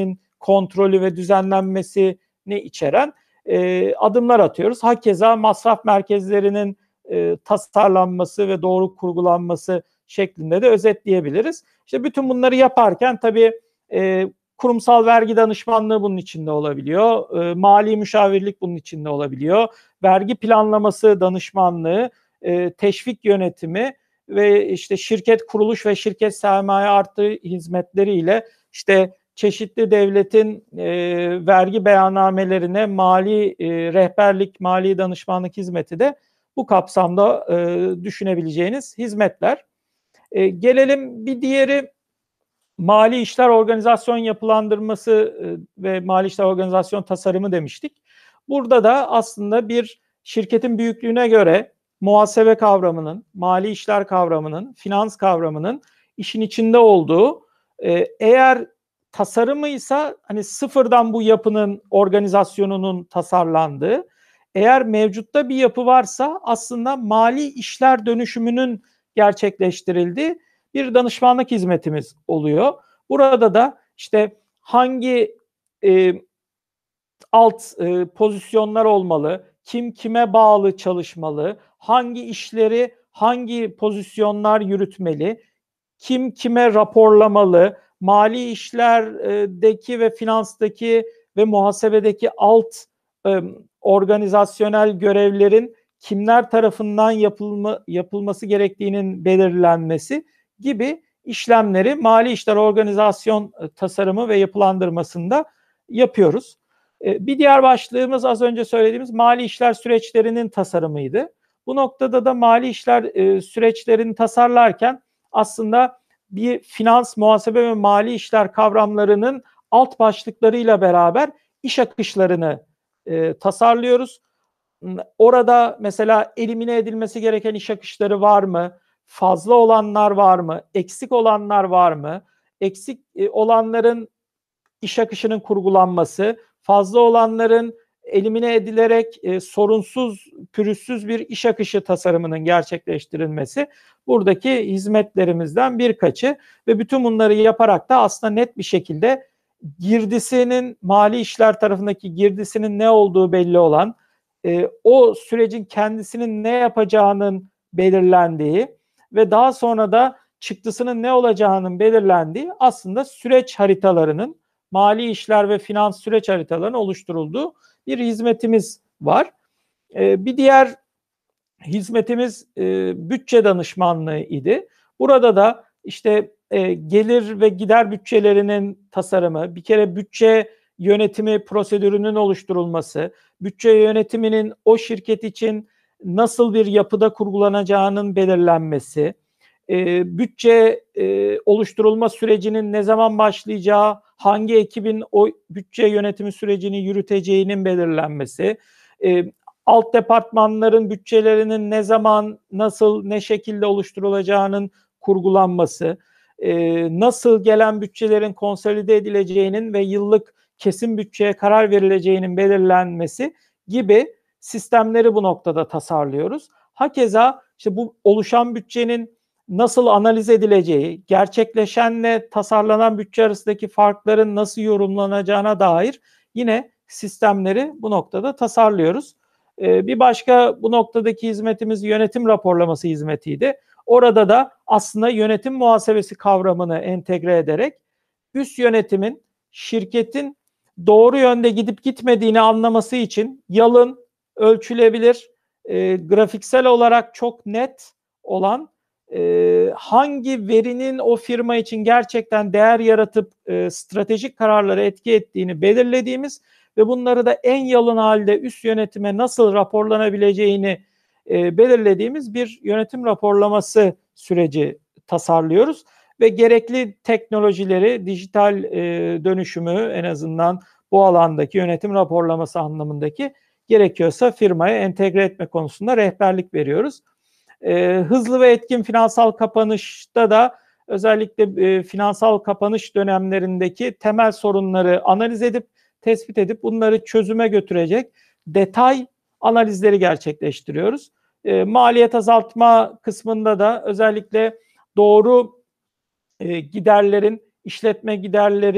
Speaker 2: kontrolü ve düzenlenmesini içeren e, adımlar atıyoruz. Hakeza masraf merkezlerinin e, tasarlanması ve doğru kurgulanması şeklinde de özetleyebiliriz. İşte bütün bunları yaparken tabii e, kurumsal vergi danışmanlığı bunun içinde olabiliyor, e, mali müşavirlik bunun içinde olabiliyor, vergi planlaması danışmanlığı, e, teşvik yönetimi ve işte şirket kuruluş ve şirket sermaye artı hizmetleriyle işte çeşitli devletin e, vergi beyannamelerine mali e, rehberlik, mali danışmanlık hizmeti de bu kapsamda e, düşünebileceğiniz hizmetler. E, gelelim bir diğeri mali işler organizasyon yapılandırması e, ve mali işler organizasyon tasarımı demiştik. Burada da aslında bir şirketin büyüklüğüne göre muhasebe kavramının, mali işler kavramının, finans kavramının işin içinde olduğu, e, eğer tasarımıysa hani sıfırdan bu yapının organizasyonunun tasarlandığı, eğer mevcutta bir yapı varsa aslında mali işler dönüşümünün gerçekleştirildiği bir danışmanlık hizmetimiz oluyor. Burada da işte hangi e, alt e, pozisyonlar olmalı, kim kime bağlı çalışmalı, hangi işleri hangi pozisyonlar yürütmeli, kim kime raporlamalı, mali işlerdeki ve finanstaki ve muhasebedeki alt e, organizasyonel görevlerin kimler tarafından yapılma, yapılması gerektiğinin belirlenmesi gibi işlemleri mali işler organizasyon tasarımı ve yapılandırmasında yapıyoruz. Bir diğer başlığımız az önce söylediğimiz mali işler süreçlerinin tasarımıydı. Bu noktada da mali işler süreçlerini tasarlarken aslında bir finans, muhasebe ve mali işler kavramlarının alt başlıklarıyla beraber iş akışlarını tasarlıyoruz. Orada mesela elimine edilmesi gereken iş akışları var mı? Fazla olanlar var mı? Eksik olanlar var mı? Eksik olanların iş akışının kurgulanması, fazla olanların elimine edilerek e, sorunsuz, pürüzsüz bir iş akışı tasarımının gerçekleştirilmesi buradaki hizmetlerimizden birkaçı ve bütün bunları yaparak da aslında net bir şekilde girdisinin, mali işler tarafındaki girdisinin ne olduğu belli olan, e, o sürecin kendisinin ne yapacağının belirlendiği ve daha sonra da çıktısının ne olacağının belirlendiği aslında süreç haritalarının, mali işler ve finans süreç haritalarının oluşturulduğu bir hizmetimiz var. Ee, bir diğer hizmetimiz e, bütçe danışmanlığı idi. Burada da işte e, gelir ve gider bütçelerinin tasarımı, bir kere bütçe yönetimi prosedürünün oluşturulması, bütçe yönetiminin o şirket için nasıl bir yapıda kurgulanacağının belirlenmesi, e, bütçe e, oluşturulma sürecinin ne zaman başlayacağı, hangi ekibin o bütçe yönetimi sürecini yürüteceğinin belirlenmesi, e, alt departmanların bütçelerinin ne zaman, nasıl, ne şekilde oluşturulacağının kurgulanması, e, nasıl gelen bütçelerin konsolide edileceğinin ve yıllık kesin bütçeye karar verileceğinin belirlenmesi gibi sistemleri bu noktada tasarlıyoruz. Hakeza işte bu oluşan bütçenin nasıl analiz edileceği, gerçekleşenle tasarlanan bütçe arasındaki farkların nasıl yorumlanacağına dair yine sistemleri bu noktada tasarlıyoruz. Ee, bir başka bu noktadaki hizmetimiz yönetim raporlaması hizmetiydi. Orada da aslında yönetim muhasebesi kavramını entegre ederek üst yönetimin şirketin doğru yönde gidip gitmediğini anlaması için yalın, ölçülebilir, e, grafiksel olarak çok net olan e, hangi verinin o firma için gerçekten değer yaratıp e, stratejik kararlara etki ettiğini belirlediğimiz ve bunları da en yalın halde üst yönetime nasıl raporlanabileceğini e, belirlediğimiz bir yönetim raporlaması süreci tasarlıyoruz ve gerekli teknolojileri, dijital e, dönüşümü en azından bu alandaki yönetim raporlaması anlamındaki gerekiyorsa firmaya entegre etme konusunda rehberlik veriyoruz. E, hızlı ve etkin finansal kapanışta da özellikle e, finansal kapanış dönemlerindeki temel sorunları analiz edip, tespit edip bunları çözüme götürecek detay analizleri gerçekleştiriyoruz. E, maliyet azaltma kısmında da özellikle doğru e, giderlerin, işletme giderleri,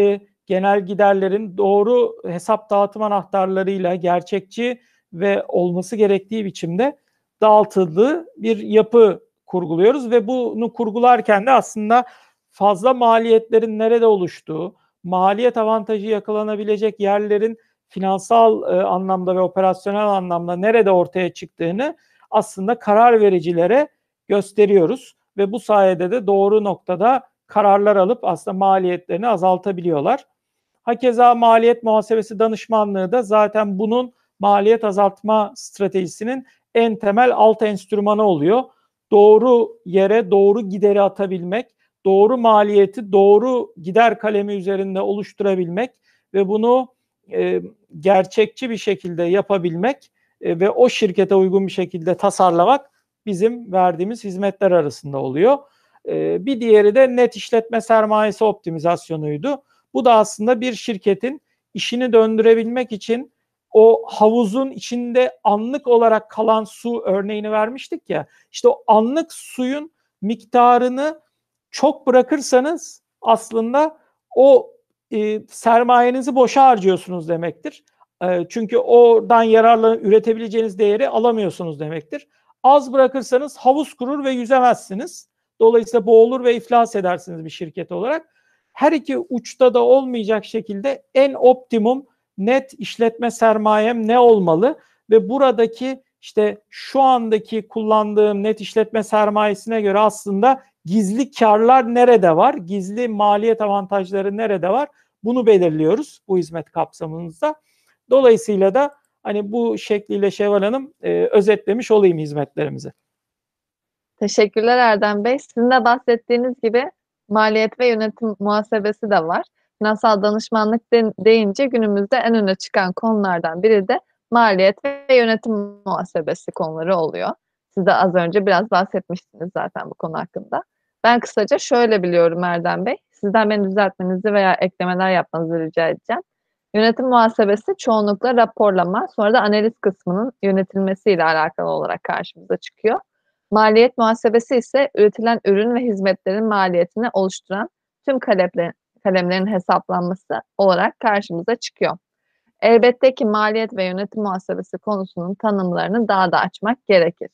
Speaker 2: genel giderlerin doğru hesap dağıtım anahtarlarıyla gerçekçi ve olması gerektiği biçimde dağıtıldığı bir yapı kurguluyoruz ve bunu kurgularken de aslında fazla maliyetlerin nerede oluştuğu, maliyet avantajı yakalanabilecek yerlerin finansal e, anlamda ve operasyonel anlamda nerede ortaya çıktığını aslında karar vericilere gösteriyoruz ve bu sayede de doğru noktada kararlar alıp aslında maliyetlerini azaltabiliyorlar. Hakeza maliyet muhasebesi danışmanlığı da zaten bunun maliyet azaltma stratejisinin en temel alt enstrümanı oluyor. Doğru yere doğru gideri atabilmek, doğru maliyeti doğru gider kalemi üzerinde oluşturabilmek ve bunu e, gerçekçi bir şekilde yapabilmek e, ve o şirkete uygun bir şekilde tasarlamak bizim verdiğimiz hizmetler arasında oluyor. E, bir diğeri de net işletme sermayesi optimizasyonuydu. Bu da aslında bir şirketin işini döndürebilmek için o havuzun içinde anlık olarak kalan su örneğini vermiştik ya. İşte o anlık suyun miktarını çok bırakırsanız aslında o e, sermayenizi boşa harcıyorsunuz demektir. E, çünkü oradan yararlı üretebileceğiniz değeri alamıyorsunuz demektir. Az bırakırsanız havuz kurur ve yüzemezsiniz. Dolayısıyla boğulur ve iflas edersiniz bir şirket olarak. Her iki uçta da olmayacak şekilde en optimum net işletme sermayem ne olmalı ve buradaki işte şu andaki kullandığım net işletme sermayesine göre aslında gizli karlar nerede var, gizli maliyet avantajları nerede var bunu belirliyoruz bu hizmet kapsamımızda. Dolayısıyla da hani bu şekliyle Şevval Hanım e, özetlemiş olayım hizmetlerimizi.
Speaker 1: Teşekkürler Erdem Bey. Sizin de bahsettiğiniz gibi maliyet ve yönetim muhasebesi de var. Finansal danışmanlık de, deyince günümüzde en öne çıkan konulardan biri de maliyet ve yönetim muhasebesi konuları oluyor. Siz de az önce biraz bahsetmiştiniz zaten bu konu hakkında. Ben kısaca şöyle biliyorum Erdem Bey. Sizden beni düzeltmenizi veya eklemeler yapmanızı rica edeceğim. Yönetim muhasebesi çoğunlukla raporlama, sonra da analiz kısmının yönetilmesiyle alakalı olarak karşımıza çıkıyor. Maliyet muhasebesi ise üretilen ürün ve hizmetlerin maliyetini oluşturan tüm kalemlerin, kalemlerin hesaplanması olarak karşımıza çıkıyor. Elbette ki maliyet ve yönetim muhasebesi konusunun tanımlarını daha da açmak gerekir.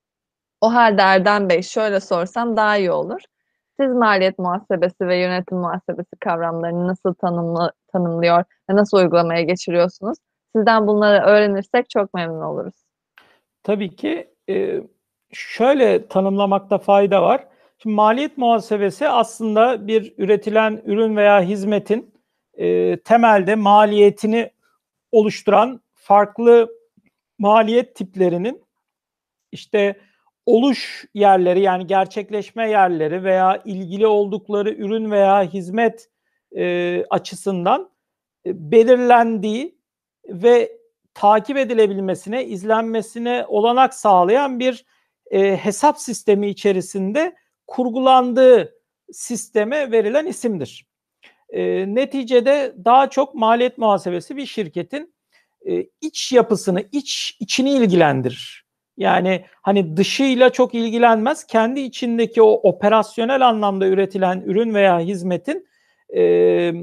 Speaker 1: O halde Erdem Bey şöyle sorsam daha iyi olur. Siz maliyet muhasebesi ve yönetim muhasebesi kavramlarını nasıl tanımlı, tanımlıyor ve nasıl uygulamaya geçiriyorsunuz? Sizden bunları öğrenirsek çok memnun oluruz.
Speaker 2: Tabii ki e, şöyle tanımlamakta fayda var. Şimdi maliyet muhasebesi aslında bir üretilen ürün veya hizmetin e, temelde maliyetini oluşturan farklı maliyet tiplerinin işte oluş yerleri yani gerçekleşme yerleri veya ilgili oldukları ürün veya hizmet e, açısından e, belirlendiği ve takip edilebilmesine, izlenmesine olanak sağlayan bir e, hesap sistemi içerisinde kurgulandığı sisteme verilen isimdir. E, neticede daha çok maliyet muhasebesi bir şirketin e, iç yapısını, iç içini ilgilendirir. Yani hani dışıyla çok ilgilenmez, kendi içindeki o operasyonel anlamda üretilen ürün veya hizmetin e,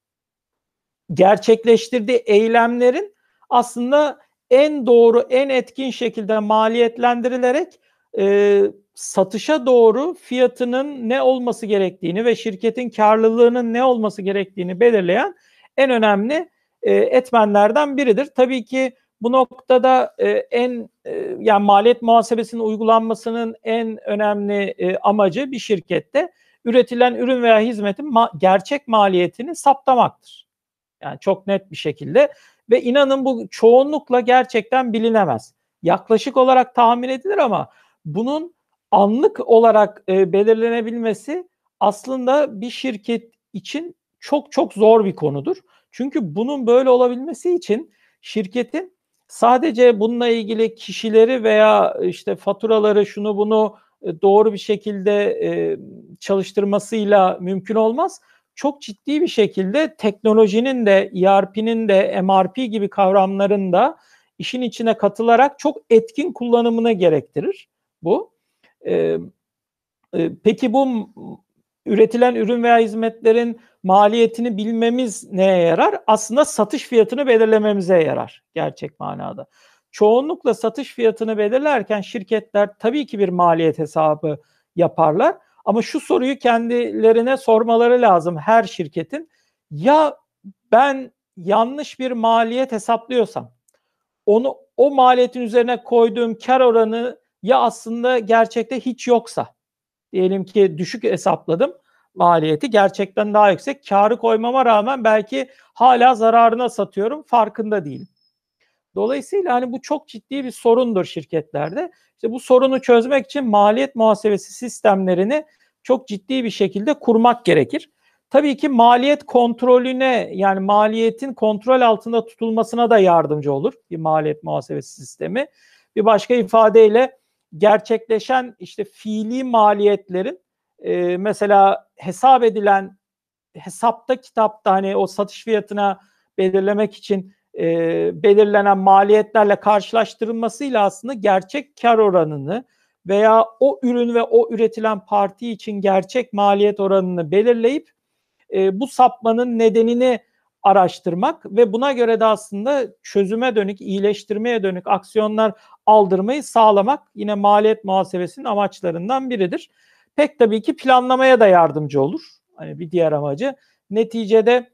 Speaker 2: gerçekleştirdiği eylemlerin aslında en doğru, en etkin şekilde maliyetlendirilerek e, satışa doğru fiyatının ne olması gerektiğini ve şirketin karlılığının ne olması gerektiğini belirleyen en önemli e, etmenlerden biridir. Tabii ki bu noktada e, en e, yani maliyet muhasebesinin uygulanmasının en önemli e, amacı bir şirkette üretilen ürün veya hizmetin ma- gerçek maliyetini saptamaktır. Yani çok net bir şekilde ve inanın bu çoğunlukla gerçekten bilinemez. Yaklaşık olarak tahmin edilir ama bunun anlık olarak e, belirlenebilmesi aslında bir şirket için çok çok zor bir konudur. Çünkü bunun böyle olabilmesi için şirketin sadece bununla ilgili kişileri veya işte faturaları şunu bunu e, doğru bir şekilde e, çalıştırmasıyla mümkün olmaz. Çok ciddi bir şekilde teknolojinin de, E R P'nin de, M R P gibi kavramların da işin içine katılarak çok etkin kullanımını gerektirir bu. Ee, e, peki bu üretilen ürün veya hizmetlerin maliyetini bilmemiz neye yarar? Aslında satış fiyatını belirlememize yarar gerçek manada. Çoğunlukla satış fiyatını belirlerken şirketler tabii ki bir maliyet hesabı yaparlar. Ama şu soruyu kendilerine sormaları lazım her şirketin. Ya ben yanlış bir maliyet hesaplıyorsam, onu o maliyetin üzerine koyduğum kar oranı ya aslında gerçekte hiç yoksa, diyelim ki düşük hesapladım maliyeti, gerçekten daha yüksek, karı koymama rağmen belki hala zararına satıyorum, farkında değilim. Dolayısıyla hani bu çok ciddi bir sorundur şirketlerde. İşte bu sorunu çözmek için maliyet muhasebesi sistemlerini çok ciddi bir şekilde kurmak gerekir. Tabii ki maliyet kontrolüne, yani maliyetin kontrol altında tutulmasına da yardımcı olur bir maliyet muhasebesi sistemi. Bir başka ifadeyle gerçekleşen işte fiili maliyetlerin e, mesela hesap edilen hesapta kitapta hani o satış fiyatına belirlemek için e, belirlenen maliyetlerle karşılaştırılmasıyla aslında gerçek kar oranını veya o ürün ve o üretilen parti için gerçek maliyet oranını belirleyip e, bu sapmanın nedenini araştırmak ve buna göre de aslında çözüme dönük, iyileştirmeye dönük aksiyonlar aldırmayı sağlamak yine maliyet muhasebesinin amaçlarından biridir. Pek tabii ki planlamaya da yardımcı olur. Hani bir diğer amacı. Neticede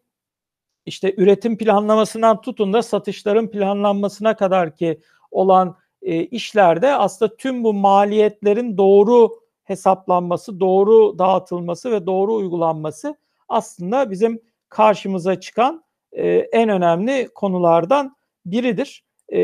Speaker 2: işte üretim planlamasından tutun da satışların planlanmasına kadar ki olan e, işlerde aslında tüm bu maliyetlerin doğru hesaplanması, doğru dağıtılması ve doğru uygulanması aslında bizim karşımıza çıkan e, en önemli konulardan biridir. E,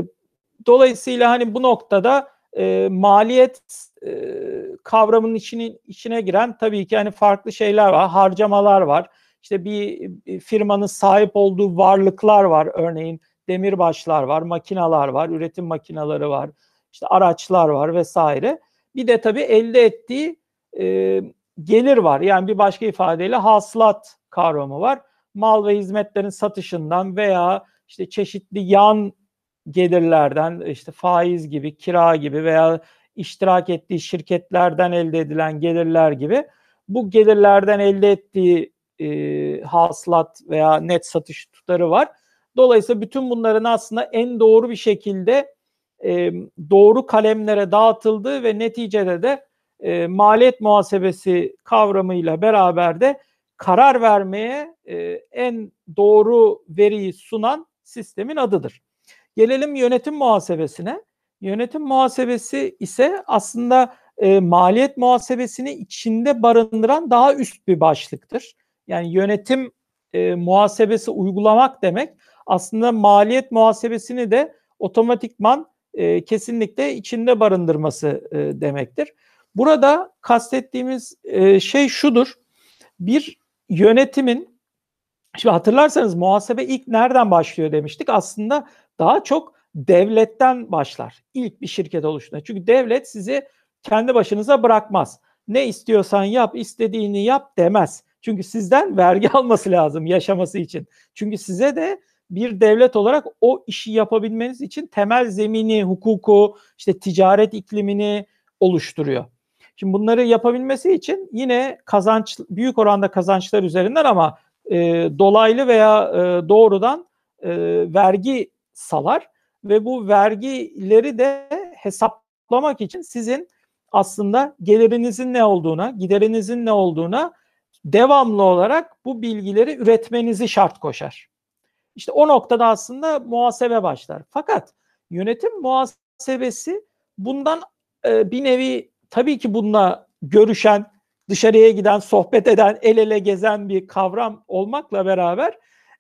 Speaker 2: dolayısıyla hani bu noktada e, maliyet e, kavramının içine, içine giren tabii ki hani farklı şeyler var, harcamalar var. İşte bir firmanın sahip olduğu varlıklar var. Örneğin demirbaşlar var, makineler var, üretim makineleri var, işte araçlar var vesaire. Bir de tabii elde ettiği e, gelir var. Yani bir başka ifadeyle hasılat kavramı var. Mal ve hizmetlerin satışından veya işte çeşitli yan gelirlerden, işte faiz gibi, kira gibi veya iştirak ettiği şirketlerden elde edilen gelirler gibi bu gelirlerden elde ettiği e, hasılat veya net satış tutarı var. Dolayısıyla bütün bunların aslında en doğru bir şekilde e, doğru kalemlere dağıtıldığı ve neticede de e, maliyet muhasebesi kavramıyla beraber de karar vermeye e, en doğru veriyi sunan sistemin adıdır. Gelelim yönetim muhasebesine. Yönetim muhasebesi ise aslında e, maliyet muhasebesini içinde barındıran daha üst bir başlıktır. Yani yönetim e, muhasebesi uygulamak demek aslında maliyet muhasebesini de otomatikman e, kesinlikle içinde barındırması e, demektir. Burada kastettiğimiz e, şey şudur. Bir yönetimin, şimdi hatırlarsanız muhasebe ilk nereden başlıyor demiştik? Aslında daha çok devletten başlar. İlk bir şirket oluştuğunda. Çünkü devlet sizi kendi başınıza bırakmaz. Ne istiyorsan yap, istediğini yap demez. Çünkü sizden vergi alması lazım yaşaması için. Çünkü size de bir devlet olarak o işi yapabilmeniz için temel zemini, hukuku, işte ticaret iklimini oluşturuyor. Şimdi bunları yapabilmesi için yine kazanç, büyük oranda kazançlar üzerinden ama e, dolaylı veya e, doğrudan e, vergi salar ve bu vergileri de hesaplamak için sizin aslında gelirinizin ne olduğuna, giderinizin ne olduğuna devamlı olarak bu bilgileri üretmenizi şart koşar. İşte o noktada aslında muhasebe başlar. Fakat yönetim muhasebesi bundan e, bir nevi tabii ki bununla görüşen, dışarıya giden, sohbet eden, el ele gezen bir kavram olmakla beraber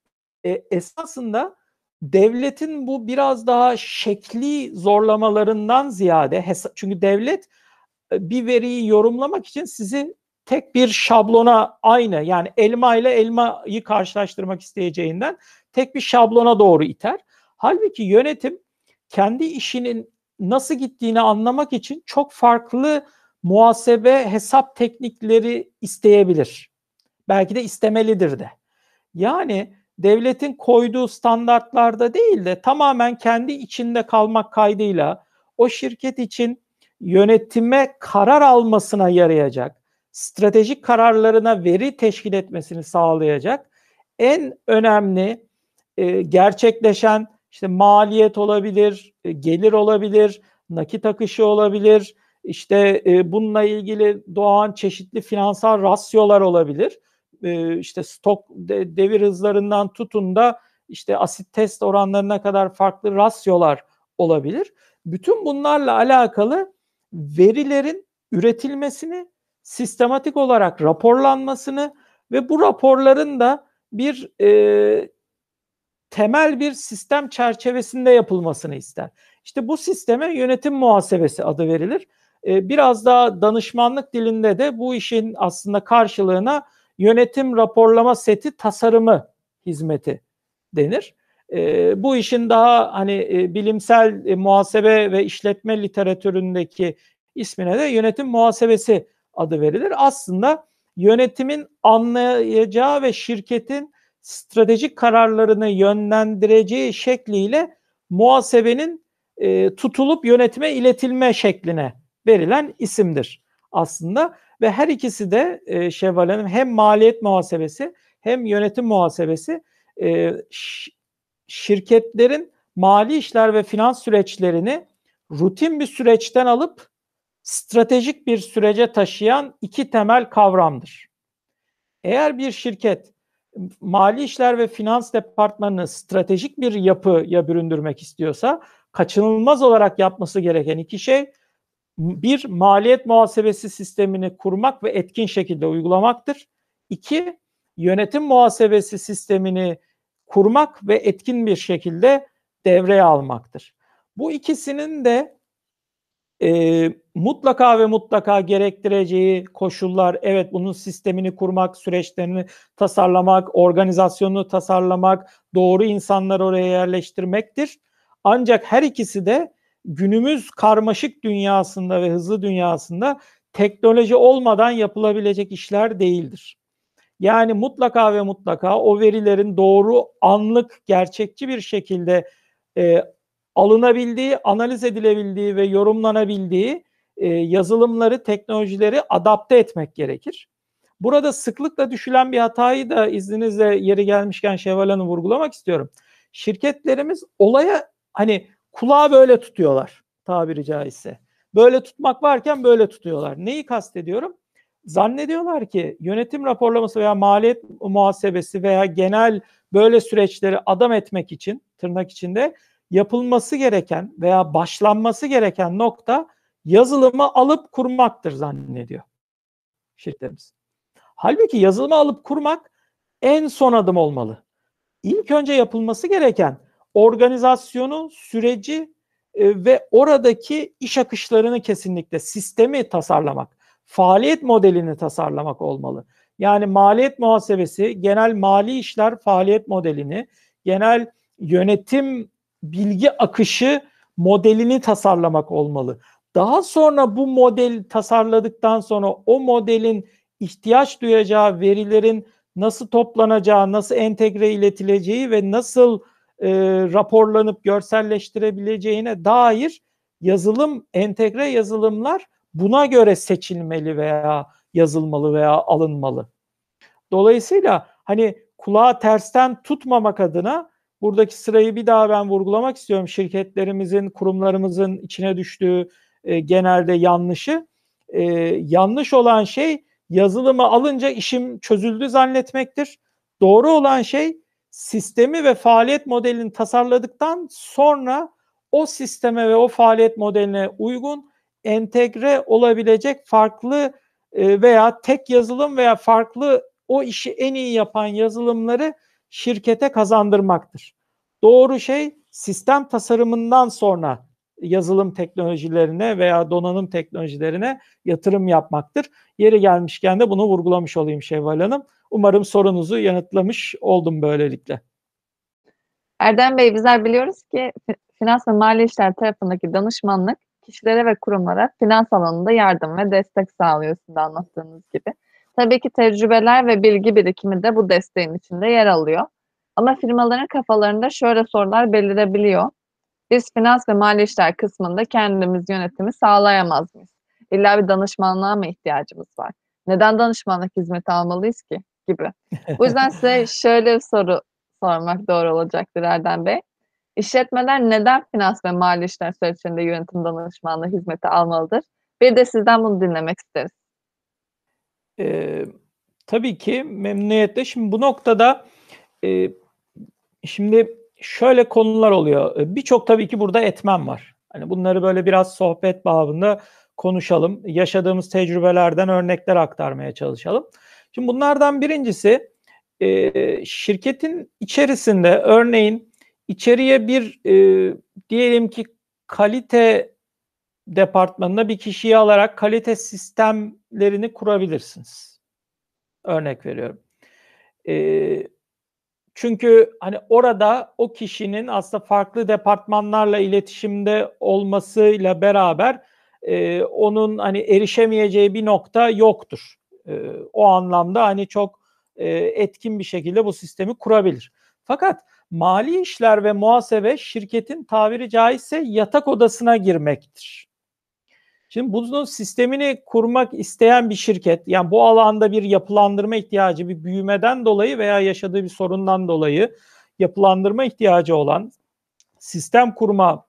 Speaker 2: e, esasında devletin bu biraz daha şekli zorlamalarından ziyade, çünkü devlet bir veriyi yorumlamak için sizi tek bir şablona, aynı yani elma ile elmayı karşılaştırmak isteyeceğinden tek bir şablona doğru iter. Halbuki yönetim kendi işinin nasıl gittiğini anlamak için çok farklı muhasebe hesap teknikleri isteyebilir. Belki de istemelidir de. Yani devletin koyduğu standartlarda değil de tamamen kendi içinde kalmak kaydıyla o şirket için yönetime karar almasına yarayacak, stratejik kararlarına veri teşkil etmesini sağlayacak en önemli e, gerçekleşen işte maliyet olabilir, e, gelir olabilir, nakit akışı olabilir, işte e, bununla ilgili doğan çeşitli finansal rasyolar olabilir. E, işte stok de, devir hızlarından tutun da işte asit test oranlarına kadar farklı rasyolar olabilir. Bütün bunlarla alakalı verilerin üretilmesini, sistematik olarak raporlanmasını ve bu raporların da bir e, temel bir sistem çerçevesinde yapılmasını ister. İşte bu sisteme yönetim muhasebesi adı verilir. E, biraz daha danışmanlık dilinde de bu işin aslında karşılığına yönetim raporlama seti tasarımı hizmeti denir. E, bu işin daha hani e, bilimsel e, muhasebe ve işletme literatüründeki ismine de yönetim muhasebesi adı verilir. Aslında yönetimin anlayacağı ve şirketin stratejik kararlarını yönlendireceği şekliyle muhasebenin e, tutulup yönetime iletilme şekline verilen isimdir aslında. Ve her ikisi de e, Şevval Hanım hem maliyet muhasebesi hem yönetim muhasebesi e, şirketlerin mali işler ve finans süreçlerini rutin bir süreçten alıp stratejik bir sürece taşıyan iki temel kavramdır. Eğer bir şirket mali işler ve finans departmanını stratejik bir yapıya büründürmek istiyorsa kaçınılmaz olarak yapması gereken iki şey, bir, maliyet muhasebesi sistemini kurmak ve etkin şekilde uygulamaktır. İki, yönetim muhasebesi sistemini kurmak ve etkin bir şekilde devreye almaktır. Bu ikisinin de e, mutlaka ve mutlaka gerektireceği koşullar, evet, bunun sistemini kurmak, süreçlerini tasarlamak, organizasyonunu tasarlamak, doğru insanları oraya yerleştirmektir. Ancak her ikisi de günümüz karmaşık dünyasında ve hızlı dünyasında teknoloji olmadan yapılabilecek işler değildir. Yani mutlaka ve mutlaka o verilerin doğru, anlık, gerçekçi bir şekilde e, alınabildiği, analiz edilebildiği ve yorumlanabildiği e, yazılımları, teknolojileri adapte etmek gerekir. Burada sıklıkla düşülen bir hatayı da izninizle yeri gelmişken Şevval Hanım vurgulamak istiyorum. Şirketlerimiz olaya hani kulağı böyle tutuyorlar tabiri caizse. Böyle tutmak varken böyle tutuyorlar. Neyi kastediyorum? Zannediyorlar ki yönetim raporlaması veya maliyet muhasebesi veya genel böyle süreçleri adam etmek için tırnak içinde yapılması gereken veya başlanması gereken nokta yazılımı alıp kurmaktır zannediyor şirketlerimiz. Halbuki yazılımı alıp kurmak en son adım olmalı. İlk önce yapılması gereken organizasyonu, süreci e, ve oradaki iş akışlarını kesinlikle sistemi tasarlamak, faaliyet modelini tasarlamak olmalı. Yani maliyet muhasebesi, genel mali işler faaliyet modelini, genel yönetim bilgi akışı modelini tasarlamak olmalı. Daha sonra bu model tasarladıktan sonra o modelin ihtiyaç duyacağı verilerin nasıl toplanacağı, nasıl entegre iletileceği ve nasıl e, raporlanıp görselleştirebileceğine dair yazılım, entegre yazılımlar buna göre seçilmeli veya yazılmalı veya alınmalı. Dolayısıyla hani kulağı tersten tutmamak adına buradaki sırayı bir daha ben vurgulamak istiyorum. Şirketlerimizin, kurumlarımızın içine düştüğü e, genelde yanlışı. E, yanlış olan şey yazılımı alınca işim çözüldü zannetmektir. Doğru olan şey sistemi ve faaliyet modelini tasarladıktan sonra o sisteme ve o faaliyet modeline uygun entegre olabilecek farklı e, veya tek yazılım veya farklı o işi en iyi yapan yazılımları şirkete kazandırmaktır. Doğru şey sistem tasarımından sonra yazılım teknolojilerine veya donanım teknolojilerine yatırım yapmaktır. Yeri gelmişken de bunu vurgulamış olayım Şevval Hanım. Umarım sorunuzu yanıtlamış oldum böylelikle.
Speaker 1: Erdem Bey, bizler biliyoruz ki finans ve mali işler tarafındaki danışmanlık kişilere ve kurumlara finans alanında yardım ve destek sağlıyor sizin de anlattığınız gibi. Tabii ki tecrübeler ve bilgi birikimi de bu desteğin içinde yer alıyor. Ama firmaların kafalarında şöyle sorular belirebiliyor. Biz finans ve mali işler kısmında kendimiz yönetimi sağlayamaz mıyız? İlla bir danışmanlığa mı ihtiyacımız var? Neden danışmanlık hizmeti almalıyız ki? Gibi. Bu yüzden size şöyle bir soru sormak doğru olacaktır Erdem Bey. İşletmeler neden finans ve mali işler süreçlerinde yönetim danışmanlığı hizmeti almalıdır? Bir de sizden bunu dinlemek isteriz.
Speaker 2: Eee, tabii ki memnuniyetle. Şimdi bu noktada, eee, şimdi şöyle konular oluyor. Eee, birçok tabii ki burada etmen var. Hani bunları böyle biraz sohbet babında konuşalım. Yaşadığımız tecrübelerden örnekler aktarmaya çalışalım. Şimdi bunlardan birincisi, eee, şirketin içerisinde örneğin içeriye bir, eee, diyelim ki kalite departmanına bir kişiyi alarak kalite sistemlerini kurabilirsiniz. Örnek veriyorum. Eee, çünkü hani orada o kişinin aslında farklı departmanlarla iletişimde olmasıyla beraber, eee, onun hani erişemeyeceği bir nokta yoktur. Eee, o anlamda hani çok, eee, etkin bir şekilde bu sistemi kurabilir. Fakat mali işler ve muhasebe şirketin tabiri caizse yatak odasına girmektir. Şimdi bunun sistemini kurmak isteyen bir şirket, yani bu alanda bir yapılandırma ihtiyacı, bir büyümeden dolayı veya yaşadığı bir sorundan dolayı yapılandırma ihtiyacı olan, sistem kurma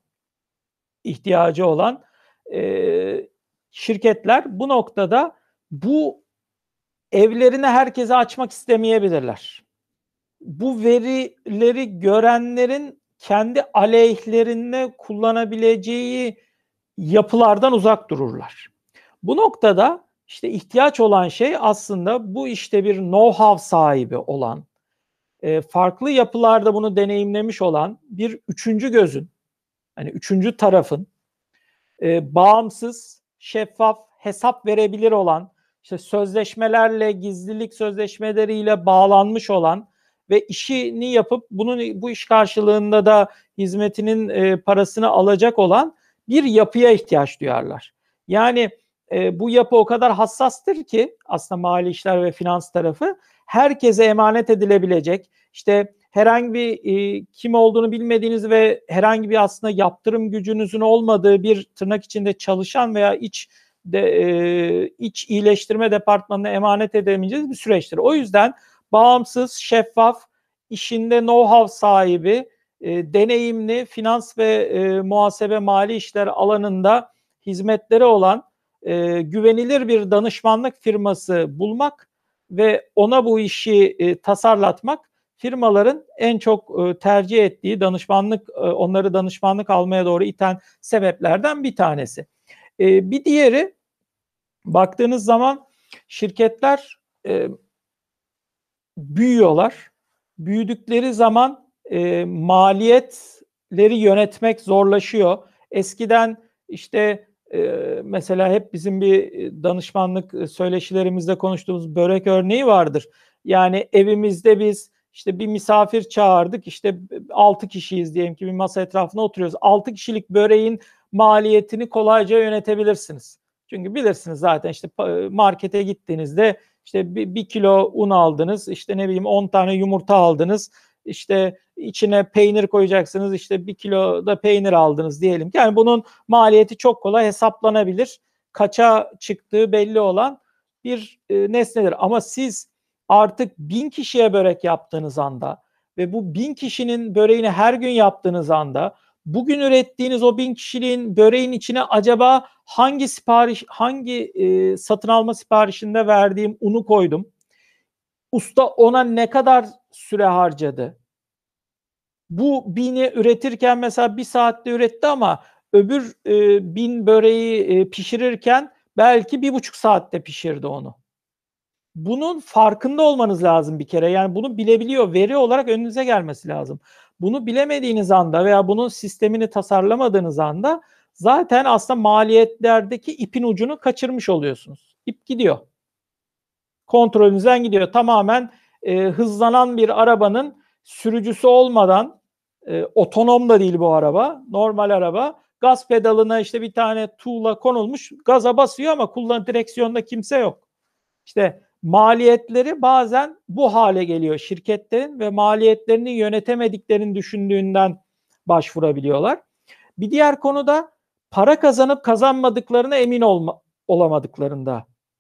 Speaker 2: ihtiyacı olan eee, şirketler bu noktada bu evlerini herkese açmak istemeyebilirler. Bu verileri görenlerin kendi aleyhlerine kullanabileceği yapılardan uzak dururlar. Bu noktada işte ihtiyaç olan şey aslında bu işte bir know-how sahibi olan, e, farklı yapılarda bunu deneyimlemiş olan bir üçüncü gözün, hani üçüncü tarafın e, bağımsız, şeffaf, hesap verebilir olan, işte sözleşmelerle, gizlilik sözleşmeleriyle bağlanmış olan ve işini yapıp bunun bu iş karşılığında da hizmetinin e, parasını alacak olan bir yapıya ihtiyaç duyarlar. Yani e, bu yapı o kadar hassastır ki aslında mali işler ve finans tarafı herkese emanet edilebilecek, işte herhangi bir e, kim olduğunu bilmediğiniz ve herhangi bir aslında yaptırım gücünüzün olmadığı bir tırnak içinde çalışan veya iç de, e, iç iyileştirme departmanına emanet edemeyeceğiz bir süreçtir. O yüzden bağımsız, şeffaf, işinde know-how sahibi, e, deneyimli finans ve e, muhasebe mali işler alanında hizmetleri olan e, güvenilir bir danışmanlık firması bulmak ve ona bu işi e, tasarlatmak firmaların en çok e, tercih ettiği danışmanlık, e, onları danışmanlık almaya doğru iten sebeplerden bir tanesi. E, bir diğeri, baktığınız zaman şirketler e, büyüyorlar. Büyüdükleri zaman e, maliyetleri yönetmek zorlaşıyor. Eskiden işte e, mesela hep bizim bir danışmanlık söyleşilerimizde konuştuğumuz börek örneği vardır. Yani evimizde biz işte bir misafir çağırdık, işte altı kişiyiz diyelim ki bir masa etrafına oturuyoruz. altı kişilik böreğin maliyetini kolayca yönetebilirsiniz. Çünkü bilirsiniz zaten işte markete gittiğinizde işte bir, bir kilo un aldınız, işte ne bileyim on tane yumurta aldınız, işte içine peynir koyacaksınız, işte bir kilo da peynir aldınız diyelim ki. Yani bunun maliyeti çok kolay hesaplanabilir. Kaça çıktığı belli olan bir e, nesnedir. Ama siz artık bin kişiye börek yaptığınız anda ve bu bin kişinin böreğini her gün yaptığınız anda bugün ürettiğiniz o bin kişiliğin böreğin içine acaba hangi sipariş, hangi e, satın alma siparişinde verdiğim unu koydum? Usta ona ne kadar süre harcadı? Bu bini üretirken mesela bir saatte üretti ama öbür e, bin böreği e, pişirirken belki bir buçuk saatte pişirdi onu. Bunun farkında olmanız lazım bir kere. Yani bunu bilebiliyor. Veri olarak önünüze gelmesi lazım. Bunu bilemediğiniz anda veya bunun sistemini tasarlamadığınız anda zaten aslında maliyetlerdeki ipin ucunu kaçırmış oluyorsunuz. İp gidiyor. Kontrolünüzden gidiyor. Tamamen e, hızlanan bir arabanın sürücüsü olmadan, e, otonom da değil bu araba, normal araba. Gaz pedalına işte bir tane tuğla konulmuş, gaza basıyor ama kullan direksiyonda kimse yok. İşte maliyetleri bazen bu hale geliyor şirketlerin ve maliyetlerini yönetemediklerini düşündüğünden başvurabiliyorlar. Bir diğer konu da para kazanıp kazanmadıklarına emin olma, olamadıklarında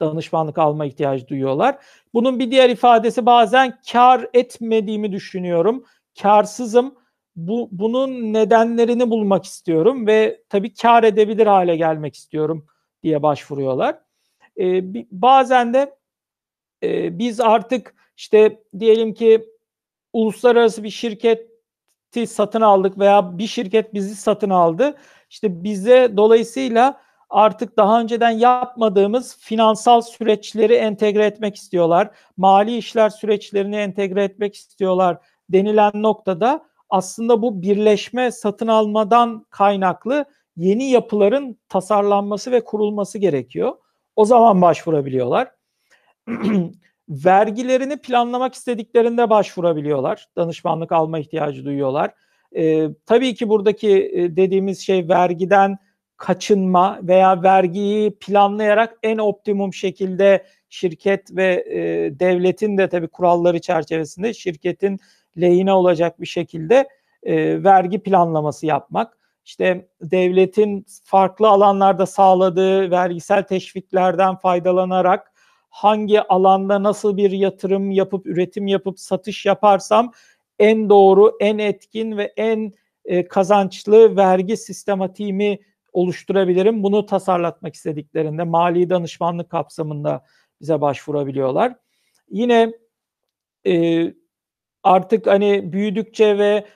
Speaker 2: danışmanlık alma ihtiyacı duyuyorlar. Bunun bir diğer ifadesi bazen kar etmediğimi düşünüyorum. Karsızım. Bu, bunun nedenlerini bulmak istiyorum ve tabii kar edebilir hale gelmek istiyorum diye başvuruyorlar. Ee, bazen de e, biz artık işte diyelim ki uluslararası bir şirketi satın aldık veya bir şirket bizi satın aldı. İşte bize dolayısıyla artık daha önceden yapmadığımız finansal süreçleri entegre etmek istiyorlar. Mali işler süreçlerini entegre etmek istiyorlar denilen noktada aslında bu birleşme satın almadan kaynaklı yeni yapıların tasarlanması ve kurulması gerekiyor. O zaman başvurabiliyorlar. Vergilerini planlamak istediklerinde başvurabiliyorlar. Danışmanlık alma ihtiyacı duyuyorlar. Ee, tabii ki buradaki dediğimiz şey vergiden kaçınma veya vergiyi planlayarak en optimum şekilde şirket ve e, devletin de tabii kuralları çerçevesinde şirketin lehine olacak bir şekilde e, vergi planlaması yapmak. İşte devletin farklı alanlarda sağladığı vergisel teşviklerden faydalanarak hangi alanda nasıl bir yatırım yapıp üretim yapıp satış yaparsam en doğru, en etkin ve en e, kazançlı vergi sistematiğimi oluşturabilirim. Bunu tasarlatmak istediklerinde mali danışmanlık kapsamında bize başvurabiliyorlar. Yine e, artık hani büyüdükçe ve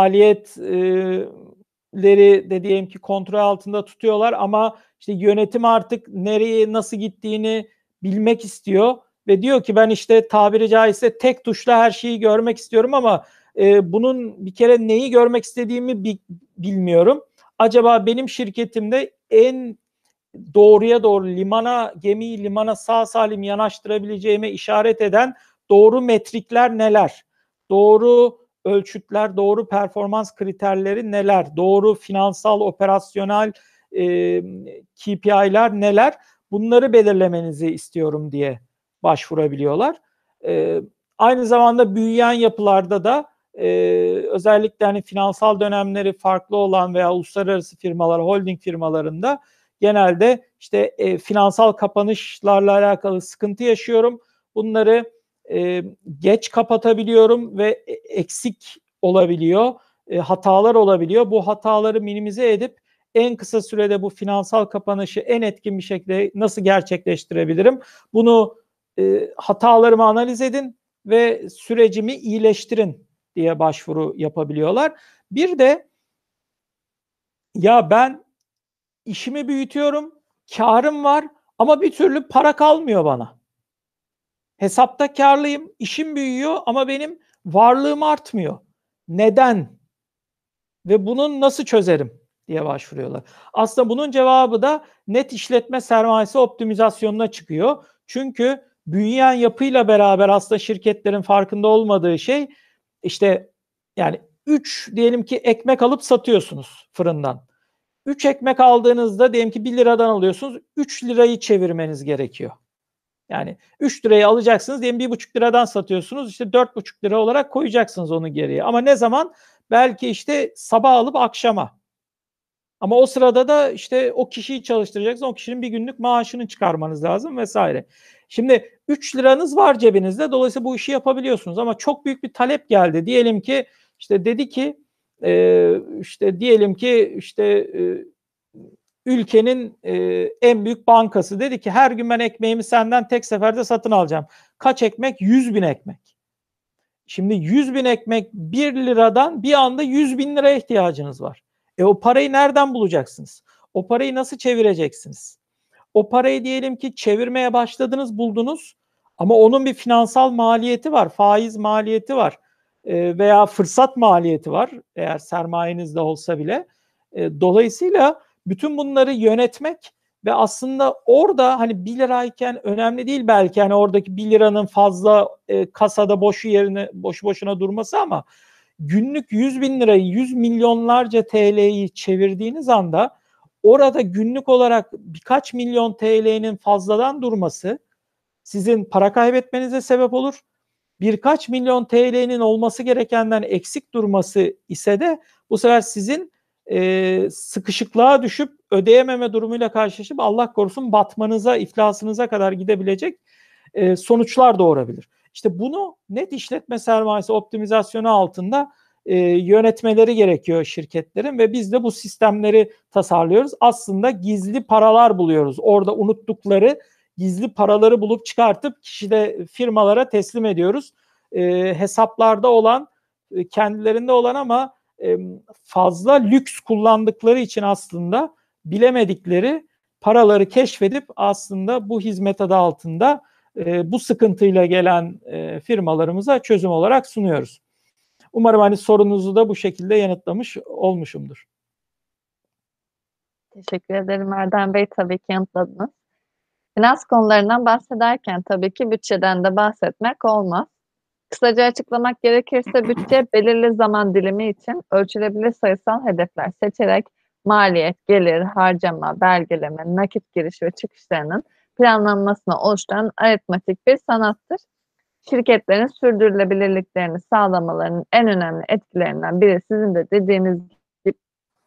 Speaker 2: maliyetleri de diyelim ki kontrol altında tutuyorlar ama işte yönetim artık nereye nasıl gittiğini bilmek istiyor ve diyor ki ben işte tabiri caizse tek tuşla her şeyi görmek istiyorum ama e, bunun bir kere neyi görmek istediğimi bi- bilmiyorum. Acaba benim şirketimde en doğruya doğru limana, gemiyi limana sağ salim yanaştırabileceğime işaret eden doğru metrikler neler? Doğru ölçütler, doğru performans kriterleri neler? Doğru finansal, operasyonel e, K P I'ler neler? Bunları belirlemenizi istiyorum diye başvurabiliyorlar. E, aynı zamanda büyüyen yapılarda da e, özellikle hani finansal dönemleri farklı olan veya uluslararası firmalar, holding firmalarında genelde işte e, finansal kapanışlarla alakalı sıkıntı yaşıyorum. Bunları e, geç kapatabiliyorum ve eksik olabiliyor, e, hatalar olabiliyor. Bu hataları minimize edip en kısa sürede bu finansal kapanışı en etkin bir şekilde nasıl gerçekleştirebilirim? Bunu e, hatalarımı analiz edin ve sürecimi iyileştirin diye başvuru yapabiliyorlar. Bir de ya ben işimi büyütüyorum, karım var ama bir türlü para kalmıyor bana. Hesapta karlıyım, işim büyüyor ama benim varlığım artmıyor. Neden? Ve bunu nasıl çözerim diye başvuruyorlar. Aslında bunun cevabı da net işletme sermayesi optimizasyonuna çıkıyor. Çünkü büyüyen yapıyla beraber aslında şirketlerin farkında olmadığı şey işte yani üç diyelim ki ekmek alıp satıyorsunuz fırından. üç ekmek aldığınızda diyelim ki bir liradan alıyorsunuz. üç lirayı çevirmeniz gerekiyor. Yani üç lirayı alacaksınız diyelim bir buçuk liradan satıyorsunuz. İşte dört buçuk lira olarak koyacaksınız onu geriye. Ama ne zaman? Belki işte sabah alıp akşama. Ama o sırada da işte o kişiyi çalıştıracaksınız. O kişinin bir günlük maaşını çıkarmanız lazım vesaire. Şimdi üç liranız var cebinizde. Dolayısıyla bu işi yapabiliyorsunuz. Ama çok büyük bir talep geldi. Diyelim ki işte dedi ki e, işte diyelim ki işte e, ülkenin e, en büyük bankası dedi ki her gün ben ekmeğimi senden tek seferde satın alacağım. Kaç ekmek? yüz bin ekmek. Şimdi yüz bin ekmek bir liradan bir anda yüz bin liraya ihtiyacınız var. E o parayı nereden bulacaksınız? O parayı nasıl çevireceksiniz? O parayı diyelim ki çevirmeye başladınız, buldunuz ama onun bir finansal maliyeti var, faiz maliyeti var e, veya fırsat maliyeti var eğer sermayeniz de olsa bile. E, dolayısıyla bütün bunları yönetmek ve aslında orada hani bir lirayken önemli değil belki hani oradaki bir liranın fazla e, kasada boşu yerine boşu boşuna durması ama günlük yüz bin lirayı yüz milyonlarca T L'yi çevirdiğiniz anda orada günlük olarak birkaç milyon T L'nin fazladan durması sizin para kaybetmenize sebep olur. Birkaç milyon T L'nin olması gerekenden eksik durması ise de bu sefer sizin e, sıkışıklığa düşüp ödeyememe durumuyla karşılaşıp Allah korusun batmanıza, iflasınıza kadar gidebilecek e, sonuçlar doğurabilir. İşte bunu net işletme sermayesi optimizasyonu altında e, yönetmeleri gerekiyor şirketlerin ve biz de bu sistemleri tasarlıyoruz. Aslında gizli paralar buluyoruz. Orada unuttukları gizli paraları bulup çıkartıp kişide firmalara teslim ediyoruz. E, hesaplarda olan, e, kendilerinde olan ama e, fazla lüks kullandıkları için aslında bilemedikleri paraları keşfedip aslında bu hizmet adı altında e, bu sıkıntıyla gelen e, firmalarımıza çözüm olarak sunuyoruz. Umarım hani sorunuzu da bu şekilde yanıtlamış olmuşumdur.
Speaker 1: Teşekkür ederim Erdem Bey. Tabii ki yanıtladınız. Finans konularından bahsederken tabii ki bütçeden de bahsetmek olmaz. Kısaca açıklamak gerekirse bütçe belirli zaman dilimi için ölçülebilir sayısal hedefler seçerek maliyet, gelir, harcama, belgeleme, nakit giriş ve çıkışlarının planlanmasına oluşturan aritmetik bir sanattır. Şirketlerin sürdürülebilirliklerini sağlamalarının en önemli etkilerinden biri sizin de dediğiniz gibi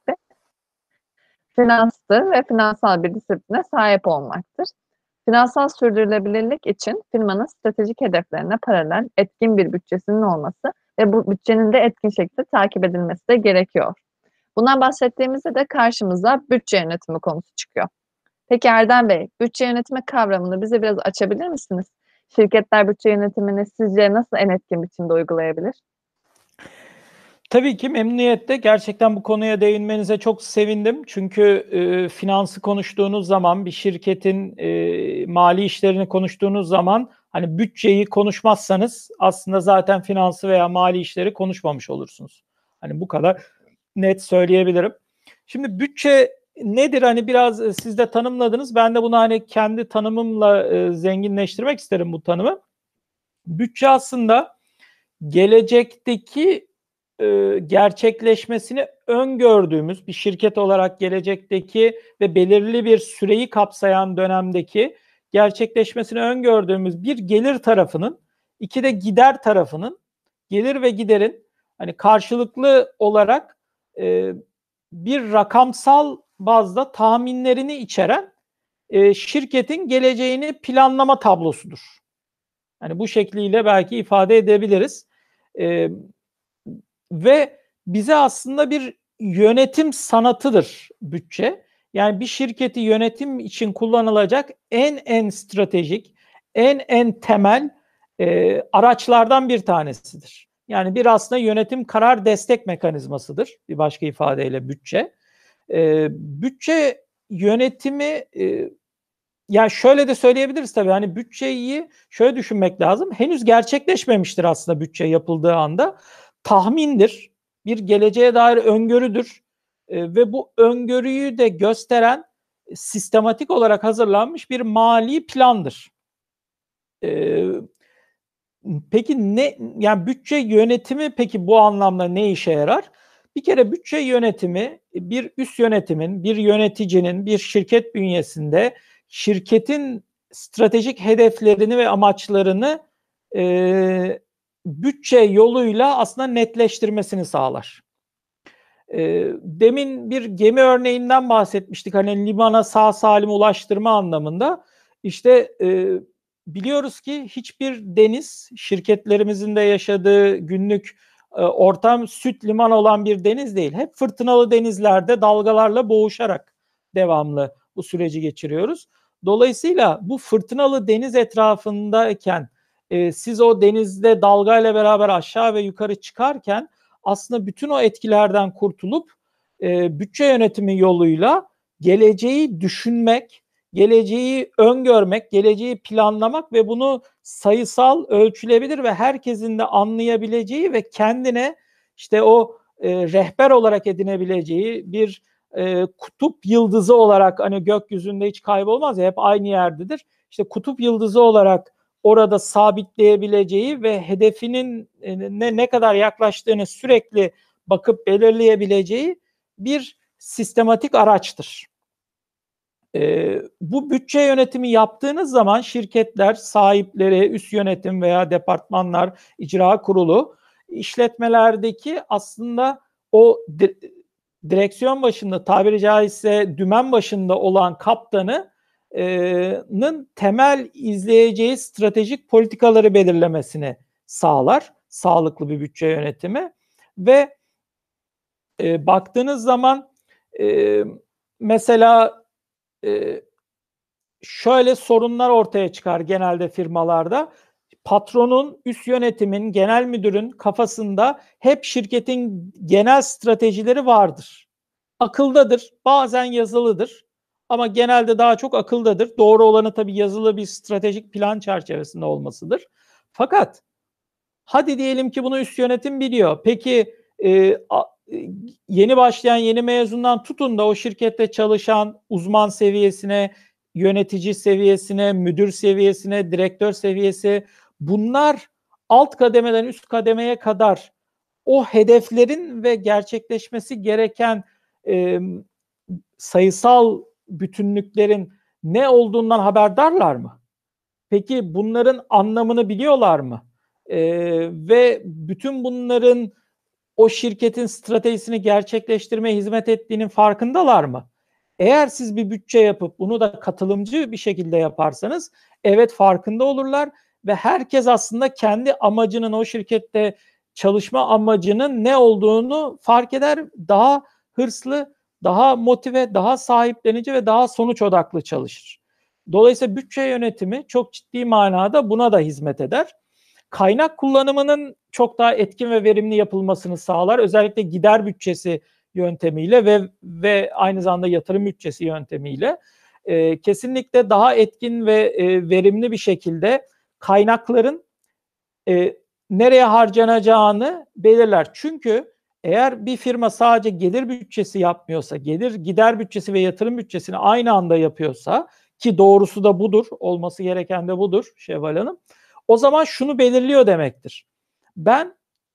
Speaker 1: finanstır ve finansal bir disipline sahip olmaktır. Finansal sürdürülebilirlik için firmanın stratejik hedeflerine paralel etkin bir bütçesinin olması ve bu bütçenin de etkin şekilde takip edilmesi de gerekiyor. Bundan bahsettiğimizde de karşımıza bütçe yönetimi konusu çıkıyor. Peki Erdem Bey, bütçe yönetimi kavramını bize biraz açabilir misiniz? Şirketler bütçe yönetimini sizce nasıl en etkin biçimde uygulayabilir?
Speaker 2: Tabii ki memnuniyetle. Gerçekten bu konuya değinmenize çok sevindim. Çünkü e, finansı konuştuğunuz zaman, bir şirketin e, mali işlerini konuştuğunuz zaman hani bütçeyi konuşmazsanız aslında zaten finansı veya mali işleri konuşmamış olursunuz. Hani bu kadar net söyleyebilirim. Şimdi bütçe nedir? Hani biraz e, siz de tanımladınız. Ben de bunu hani kendi tanımımla e, zenginleştirmek isterim bu tanımı. Bütçe aslında gelecekteki e, gerçekleşmesini öngördüğümüz bir şirket olarak gelecekteki ve belirli bir süreyi kapsayan dönemdeki gerçekleşmesini öngördüğümüz bir gelir tarafının, iki de gider tarafının, gelir ve giderin hani karşılıklı olarak e, bir rakamsal bazda tahminlerini içeren e, şirketin geleceğini planlama tablosudur. Yani bu şekliyle belki ifade edebiliriz. E, ve bize aslında bir yönetim sanatıdır bütçe. Yani bir şirketi yönetim için kullanılacak en en stratejik, en en temel e, araçlardan bir tanesidir. Yani bir aslında yönetim karar destek mekanizmasıdır. Bir başka ifadeyle bütçe. E, bütçe yönetimi e, yani şöyle de söyleyebiliriz tabii, hani bütçeyi şöyle düşünmek lazım. Henüz gerçekleşmemiştir aslında bütçe yapıldığı anda. Tahmindir, bir geleceğe dair öngörüdür e, ve bu öngörüyü de gösteren sistematik olarak hazırlanmış bir mali plandır. E, peki ne, yani bütçe yönetimi peki bu anlamda ne işe yarar? Bir kere bütçe yönetimi bir üst yönetimin, bir yöneticinin bir şirket bünyesinde şirketin stratejik hedeflerini ve amaçlarını e, bütçe yoluyla aslında netleştirmesini sağlar. E, demin bir gemi örneğinden bahsetmiştik. Hani limana sağ salim ulaştırma anlamında. İşte e, biliyoruz ki hiçbir deniz, şirketlerimizin de yaşadığı günlük e, ortam süt liman olan bir deniz değil. Hep fırtınalı denizlerde dalgalarla boğuşarak devamlı bu süreci geçiriyoruz. Dolayısıyla bu fırtınalı deniz etrafındayken e, siz o denizde dalgayla beraber aşağı ve yukarı çıkarken aslında bütün o etkilerden kurtulup e, bütçe yönetimi yoluyla geleceği düşünmek, geleceği öngörmek, geleceği planlamak ve bunu sayısal, ölçülebilir ve herkesin de anlayabileceği ve kendine işte o e, rehber olarak edinebileceği bir e, kutup yıldızı olarak, hani gökyüzünde hiç kaybolmaz ya, hep aynı yerdedir. İşte kutup yıldızı olarak orada sabitleyebileceği ve hedefinin ne, ne kadar yaklaştığını sürekli bakıp belirleyebileceği bir sistematik araçtır. Ee, bu bütçe yönetimi yaptığınız zaman şirketler, sahipleri, üst yönetim veya departmanlar, icra kurulu, işletmelerdeki aslında o de, direksiyon başında, tabiri caizse dümen başında olan kaptanının temel izleyeceği stratejik politikaları belirlemesini sağlar. Sağlıklı bir bütçe yönetimi ve e, baktığınız zaman e, mesela e, şöyle sorunlar ortaya çıkar genelde firmalarda. Patronun, üst yönetimin, genel müdürün kafasında hep şirketin genel stratejileri vardır. Akıldadır, bazen yazılıdır ama genelde daha çok akıldadır. Doğru olanı tabii yazılı bir stratejik plan çerçevesinde olmasıdır. Fakat hadi diyelim ki bunu üst yönetim biliyor. Peki e, a, yeni başlayan, yeni mezundan tutun da o şirkette çalışan uzman seviyesine, yönetici seviyesine, müdür seviyesine, direktör seviyesi, bunlar alt kademeden üst kademeye kadar o hedeflerin ve gerçekleşmesi gereken e, sayısal bütünlüklerin ne olduğundan haberdarlar mı? Peki bunların anlamını biliyorlar mı? Ee, ve bütün bunların o şirketin stratejisini gerçekleştirmeye hizmet ettiğinin farkındalar mı? Eğer siz bir bütçe yapıp bunu da katılımcı bir şekilde yaparsanız evet farkında olurlar ve herkes aslında kendi amacının, o şirkette çalışma amacının ne olduğunu fark eder. Daha hırslı, daha motive, daha sahiplenici ve daha sonuç odaklı çalışır. Dolayısıyla bütçe yönetimi çok ciddi manada buna da hizmet eder. Kaynak kullanımının çok daha etkin ve verimli yapılmasını sağlar. Özellikle gider bütçesi yöntemiyle ve ve aynı zamanda yatırım bütçesi yöntemiyle e, kesinlikle daha etkin ve e, verimli bir şekilde kaynakların e, nereye harcanacağını belirler. Çünkü eğer bir firma sadece gelir bütçesi yapmıyorsa, gelir gider bütçesi ve yatırım bütçesini aynı anda yapıyorsa, ki doğrusu da budur, olması gereken de budur Şevval Hanım, o zaman şunu belirliyor demektir. Ben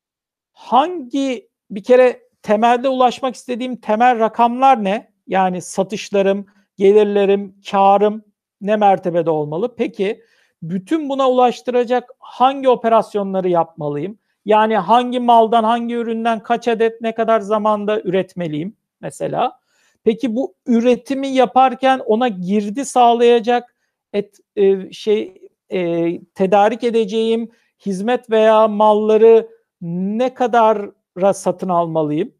Speaker 2: hangi, bir kere temelde ulaşmak istediğim temel rakamlar ne? Yani satışlarım, gelirlerim, karım ne mertebede olmalı? Peki bütün buna ulaştıracak hangi operasyonları yapmalıyım? Yani hangi maldan, hangi üründen kaç adet ne kadar zamanda üretmeliyim mesela? Peki bu üretimi yaparken ona girdi sağlayacak et, e, şey e, tedarik edeceğim hizmet veya malları ne kadara satın almalıyım?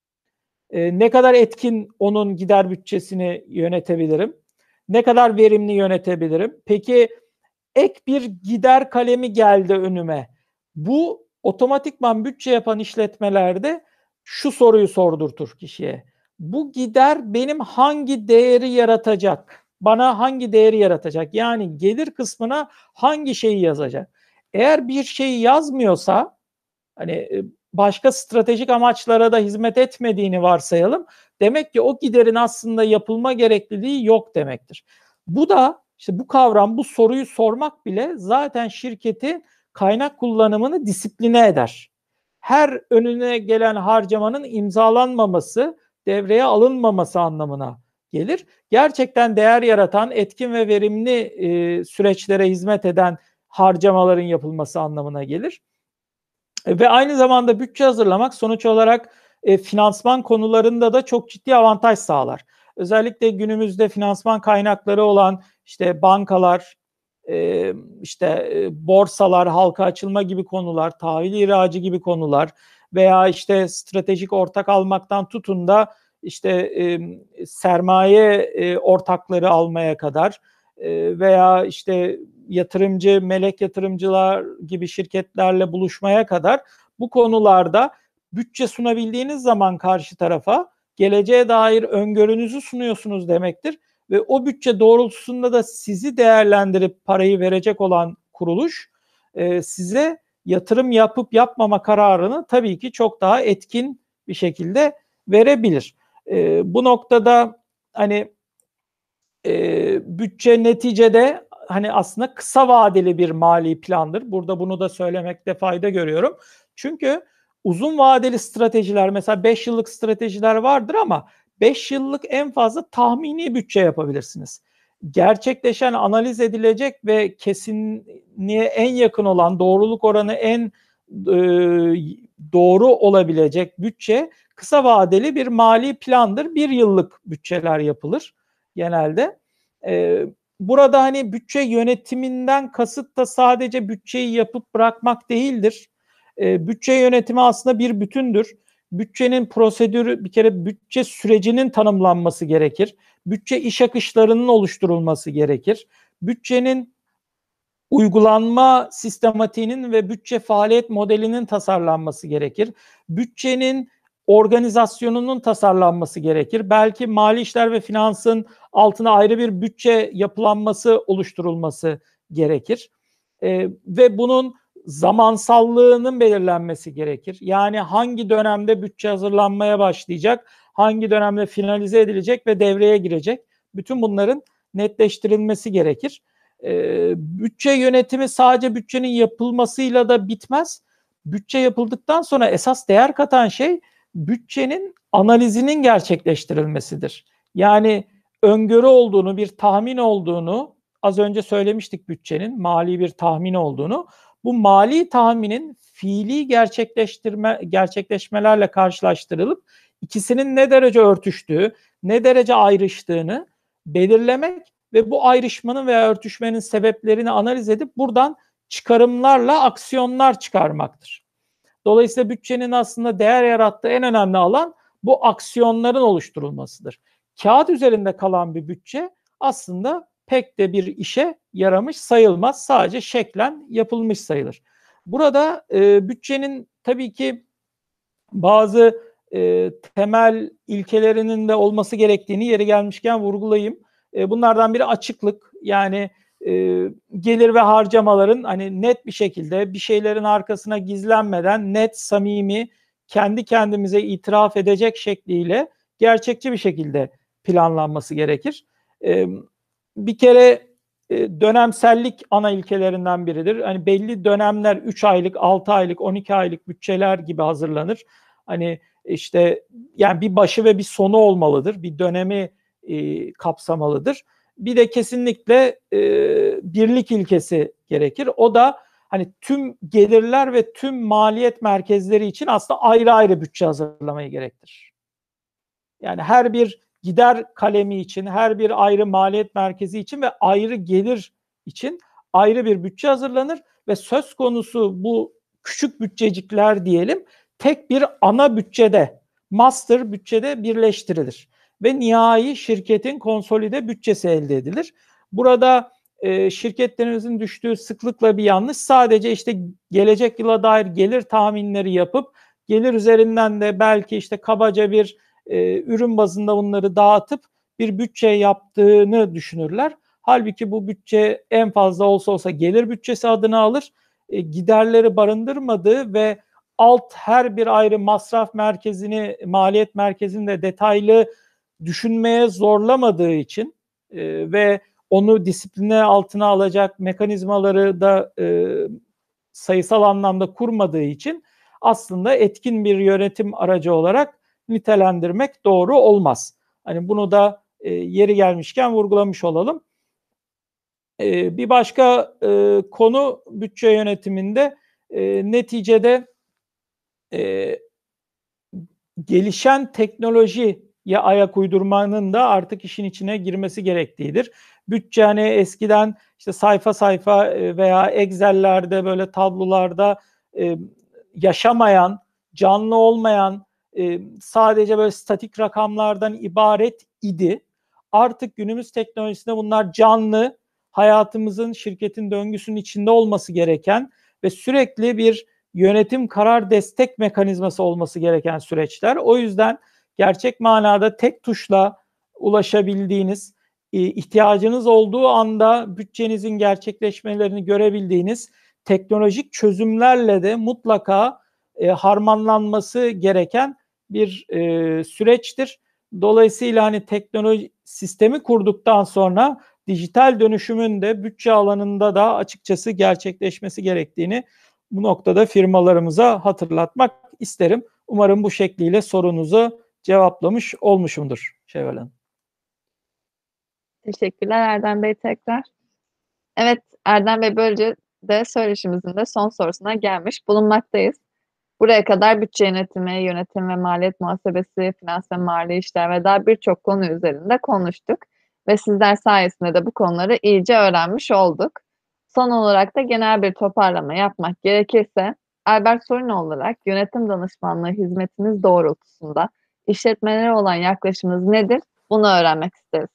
Speaker 2: E, ne kadar etkin onun gider bütçesini yönetebilirim? Ne kadar verimli yönetebilirim? Peki ek bir gider kalemi geldi önüme. Bu otomatikman bütçe yapan işletmelerde şu soruyu sordurtur kişiye. Bu gider benim hangi değeri yaratacak? Bana hangi değeri yaratacak? Yani gelir kısmına hangi şeyi yazacak? Eğer bir şeyi yazmıyorsa, hani başka stratejik amaçlara da hizmet etmediğini varsayalım. Demek ki o giderin aslında yapılma gerekliliği yok demektir. Bu da işte bu kavram, bu soruyu sormak bile zaten şirketin kaynak kullanımını disipline eder. Her önüne gelen harcamanın imzalanmaması, devreye alınmaması anlamına gelir. Gerçekten değer yaratan, etkin ve verimli e, süreçlere hizmet eden harcamaların yapılması anlamına gelir. Ve aynı zamanda bütçe hazırlamak sonuç olarak e, finansman konularında da çok ciddi avantaj sağlar. Özellikle günümüzde finansman kaynakları olan işte bankalar, e, işte e, borsalar, halka açılma gibi konular, tahvil ihracı gibi konular veya işte stratejik ortak almaktan tutun da işte e, sermaye e, ortakları almaya kadar e, veya işte yatırımcı, melek yatırımcılar gibi şirketlerle buluşmaya kadar bu konularda bütçe sunabildiğiniz zaman karşı tarafa geleceğe dair öngörünüzü sunuyorsunuz demektir. Ve o bütçe doğrultusunda da sizi değerlendirip parayı verecek olan kuruluş e, size yatırım yapıp yapmama kararını tabii ki çok daha etkin bir şekilde verebilir. E, bu noktada hani e, bütçe neticede hani aslında kısa vadeli bir mali plandır. Burada bunu da söylemekte fayda görüyorum. Çünkü uzun vadeli stratejiler, mesela beş yıllık stratejiler vardır ama beş yıllık en fazla tahmini bütçe yapabilirsiniz. Gerçekleşen, analiz edilecek ve kesinliğe en yakın olan, doğruluk oranı en e, doğru olabilecek bütçe kısa vadeli bir mali plandır. Bir yıllık bütçeler yapılır genelde. E, burada hani bütçe yönetiminden kasıt da sadece bütçeyi yapıp bırakmak değildir. E, bütçe yönetimi aslında bir bütündür. Bütçenin prosedürü, bir kere bütçe sürecinin tanımlanması gerekir. Bütçe iş akışlarının oluşturulması gerekir. Bütçenin uygulanma sistematiğinin ve bütçe faaliyet modelinin tasarlanması gerekir. Bütçenin organizasyonunun tasarlanması gerekir. Belki mali işler ve finansın altına ayrı bir bütçe yapılanması oluşturulması gerekir. Ee, ve bunun zamansallığının belirlenmesi gerekir. Yani hangi dönemde bütçe hazırlanmaya başlayacak, hangi dönemde finalize edilecek ve devreye girecek. Bütün bunların netleştirilmesi gerekir. Ee, bütçe yönetimi sadece bütçenin yapılmasıyla da bitmez. Bütçe yapıldıktan sonra esas değer katan şey bütçenin analizinin gerçekleştirilmesidir. Yani öngörü olduğunu, bir tahmin olduğunu, az önce söylemiştik bütçenin mali bir tahmin olduğunu. Bu mali tahminin fiili gerçekleştirme gerçekleşmelerle karşılaştırılıp ikisinin ne derece örtüştüğü, ne derece ayrıştığını belirlemek ve bu ayrışmanın veya örtüşmenin sebeplerini analiz edip buradan çıkarımlarla aksiyonlar çıkarmaktır. Dolayısıyla bütçenin aslında değer yarattığı en önemli alan bu aksiyonların oluşturulmasıdır. Kağıt üzerinde kalan bir bütçe aslında pek de bir işe yaramış sayılmaz. Sadece şeklen yapılmış sayılır. Burada e, bütçenin tabii ki bazı e, temel ilkelerinin de olması gerektiğini yeri gelmişken vurgulayayım. E, bunlardan biri açıklık. Yani e, gelir ve harcamaların hani net bir şekilde bir şeylerin arkasına gizlenmeden net, samimi, kendi kendimize itiraf edecek şekliyle gerçekçi bir şekilde planlanması gerekir. E, bir kere e, dönemsellik ana ilkelerinden biridir. Hani belli dönemler üç aylık, altı aylık, on iki aylık bütçeler gibi hazırlanır. Hani işte yani bir başı ve bir sonu olmalıdır. Bir dönemi e, kapsamalıdır. Bir de kesinlikle e, birlik ilkesi gerekir. O da hani tüm gelirler ve tüm maliyet merkezleri için aslında ayrı ayrı bütçe hazırlamayı gerektirir. Yani her bir gider kalemi için, her bir ayrı maliyet merkezi için ve ayrı gelir için ayrı bir bütçe hazırlanır ve söz konusu bu küçük bütçecikler diyelim tek bir ana bütçede, master bütçede birleştirilir ve nihai şirketin konsolide bütçesi elde edilir. Burada e, şirketlerimizin düştüğü sıklıkla bir yanlış sadece işte gelecek yıla dair gelir tahminleri yapıp gelir üzerinden de belki işte kabaca bir e, ürün bazında bunları dağıtıp bir bütçe yaptığını düşünürler. Halbuki bu bütçe en fazla olsa olsa gelir bütçesi adını alır. E, giderleri barındırmadığı ve alt her bir ayrı masraf merkezini, maliyet merkezini de detaylı düşünmeye zorlamadığı için e, ve onu disipline altına alacak mekanizmaları da e, sayısal anlamda kurmadığı için aslında etkin bir yönetim aracı olarak nitelendirmek doğru olmaz. Hani bunu da e, yeri gelmişken vurgulamış olalım. E, bir başka e, konu bütçe yönetiminde e, neticede e, gelişen teknolojiye ayak uydurmanın da artık işin içine girmesi gerektiğidir. Bütçe hani eskiden işte sayfa sayfa veya Excel'lerde böyle tablolarda e, yaşamayan, canlı olmayan, e, sadece böyle statik rakamlardan ibaret idi. Artık günümüz teknolojisinde bunlar canlı, hayatımızın, şirketin döngüsünün içinde olması gereken ve sürekli bir yönetim karar destek mekanizması olması gereken süreçler. O yüzden gerçek manada tek tuşla ulaşabildiğiniz, ihtiyacınız olduğu anda bütçenizin gerçekleşmelerini görebildiğiniz teknolojik çözümlerle de mutlaka e, harmanlanması gereken bir e, süreçtir. Dolayısıyla hani teknoloji sistemi kurduktan sonra dijital dönüşümün de bütçe alanında da açıkçası gerçekleşmesi gerektiğini bu noktada firmalarımıza hatırlatmak isterim. Umarım bu şekliyle sorunuzu cevaplamış olmuşumdur Şevval Hanım.
Speaker 1: Teşekkürler Erdem Bey tekrar. Evet Erdem Bey böylece de söyleşimizin de son sorusuna gelmiş bulunmaktayız. Buraya kadar bütçe yönetimi, yönetim ve maliyet muhasebesi, finans ve mali işler ve daha birçok konu üzerinde konuştuk ve sizler sayesinde de bu konuları iyice öğrenmiş olduk. Son olarak da genel bir toparlama yapmak gerekirse, Albert Sorino olarak yönetim danışmanlığı hizmetiniz doğrultusunda işletmelere olan yaklaşımınız nedir? Bunu öğrenmek isteriz.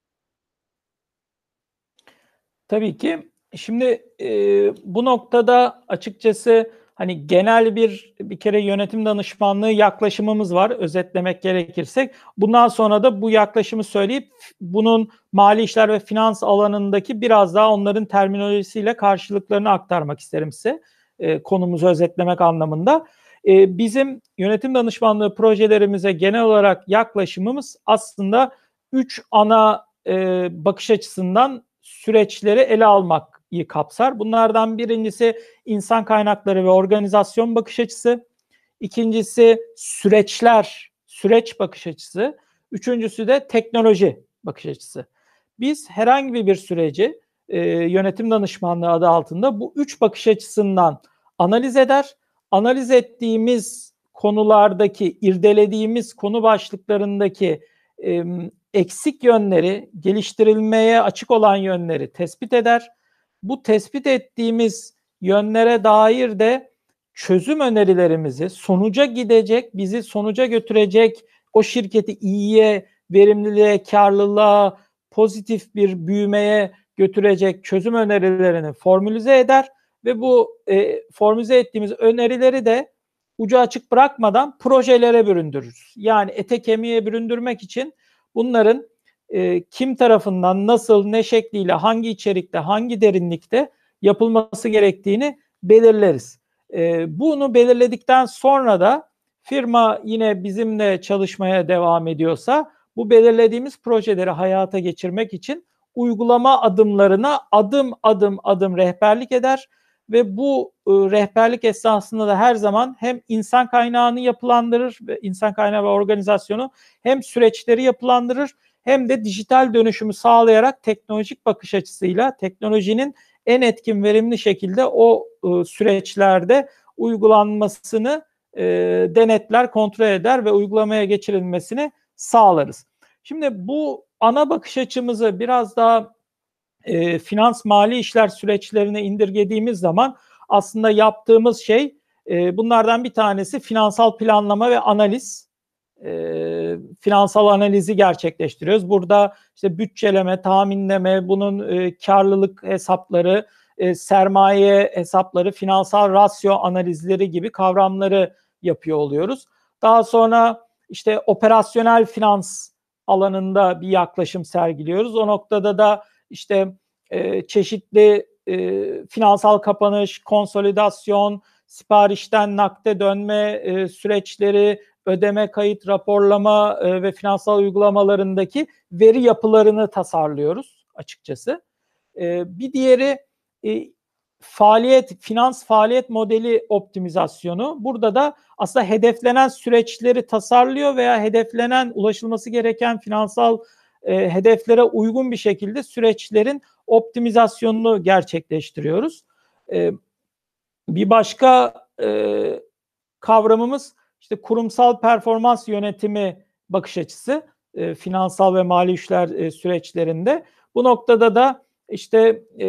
Speaker 2: Tabii ki. Şimdi, eee, bu noktada açıkçası, hani, genel bir bir kere yönetim danışmanlığı yaklaşımımız var, özetlemek gerekirse. Bundan sonra da bu yaklaşımı söyleyip bunun mali işler ve finans alanındaki biraz daha onların terminolojisiyle karşılıklarını aktarmak isterim size, eee, konumuzu özetlemek anlamında. Eee, bizim yönetim danışmanlığı projelerimize genel olarak yaklaşımımız aslında üç ana, eee, bakış açısından süreçleri ele almayı kapsar. Bunlardan birincisi insan kaynakları ve organizasyon bakış açısı. İkincisi süreçler, süreç bakış açısı. Üçüncüsü de teknoloji bakış açısı. Biz herhangi bir süreci e, yönetim danışmanlığı adı altında bu üç bakış açısından analiz eder. Analiz ettiğimiz konulardaki, irdelediğimiz konu başlıklarındaki e, eksik yönleri, geliştirilmeye açık olan yönleri tespit eder. Bu tespit ettiğimiz yönlere dair de çözüm önerilerimizi, sonuca gidecek, bizi sonuca götürecek, o şirketi iyiye, verimliliğe, karlılığa, pozitif bir büyümeye götürecek çözüm önerilerini formülize eder ve bu e, formülize ettiğimiz önerileri de ucu açık bırakmadan projelere büründürürüz. Yani ete kemiğe büründürmek için bunların e, kim tarafından, nasıl, ne şekliyle, hangi içerikte, hangi derinlikte yapılması gerektiğini belirleriz. E, bunu belirledikten sonra da firma yine bizimle çalışmaya devam ediyorsa bu belirlediğimiz projeleri hayata geçirmek için uygulama adımlarına adım adım adım rehberlik eder ve bu e, rehberlik esnasında da her zaman hem insan kaynağını yapılandırır ve insan kaynağı ve organizasyonu hem süreçleri yapılandırır hem de dijital dönüşümü sağlayarak teknolojik bakış açısıyla teknolojinin en etkin, verimli şekilde o e, süreçlerde uygulanmasını e, denetler, kontrol eder ve uygulamaya geçirilmesini sağlarız. Şimdi bu ana bakış açımızı biraz daha e, finans mali işler süreçlerine indirgediğimiz zaman aslında yaptığımız şey e, bunlardan bir tanesi finansal planlama ve analiz. E, finansal analizi gerçekleştiriyoruz. Burada işte bütçeleme, tahminleme, bunun e, karlılık hesapları, e, sermaye hesapları, finansal rasyo analizleri gibi kavramları yapıyor oluyoruz. Daha sonra işte operasyonel finans alanında bir yaklaşım sergiliyoruz. O noktada da işte e, çeşitli e, finansal kapanış, konsolidasyon, siparişten nakde dönme e, süreçleri, ödeme, kayıt, raporlama e, ve finansal uygulamalarındaki veri yapılarını tasarlıyoruz açıkçası. E, bir diğeri e, faaliyet, finans faaliyet modeli optimizasyonu. Burada da aslında hedeflenen süreçleri tasarlıyor veya hedeflenen, ulaşılması gereken finansal e, hedeflere uygun bir şekilde süreçlerin optimizasyonunu gerçekleştiriyoruz. E, bir başka e, kavramımız işte kurumsal performans yönetimi bakış açısı e, finansal ve mali işler e, süreçlerinde. Bu noktada da işte e,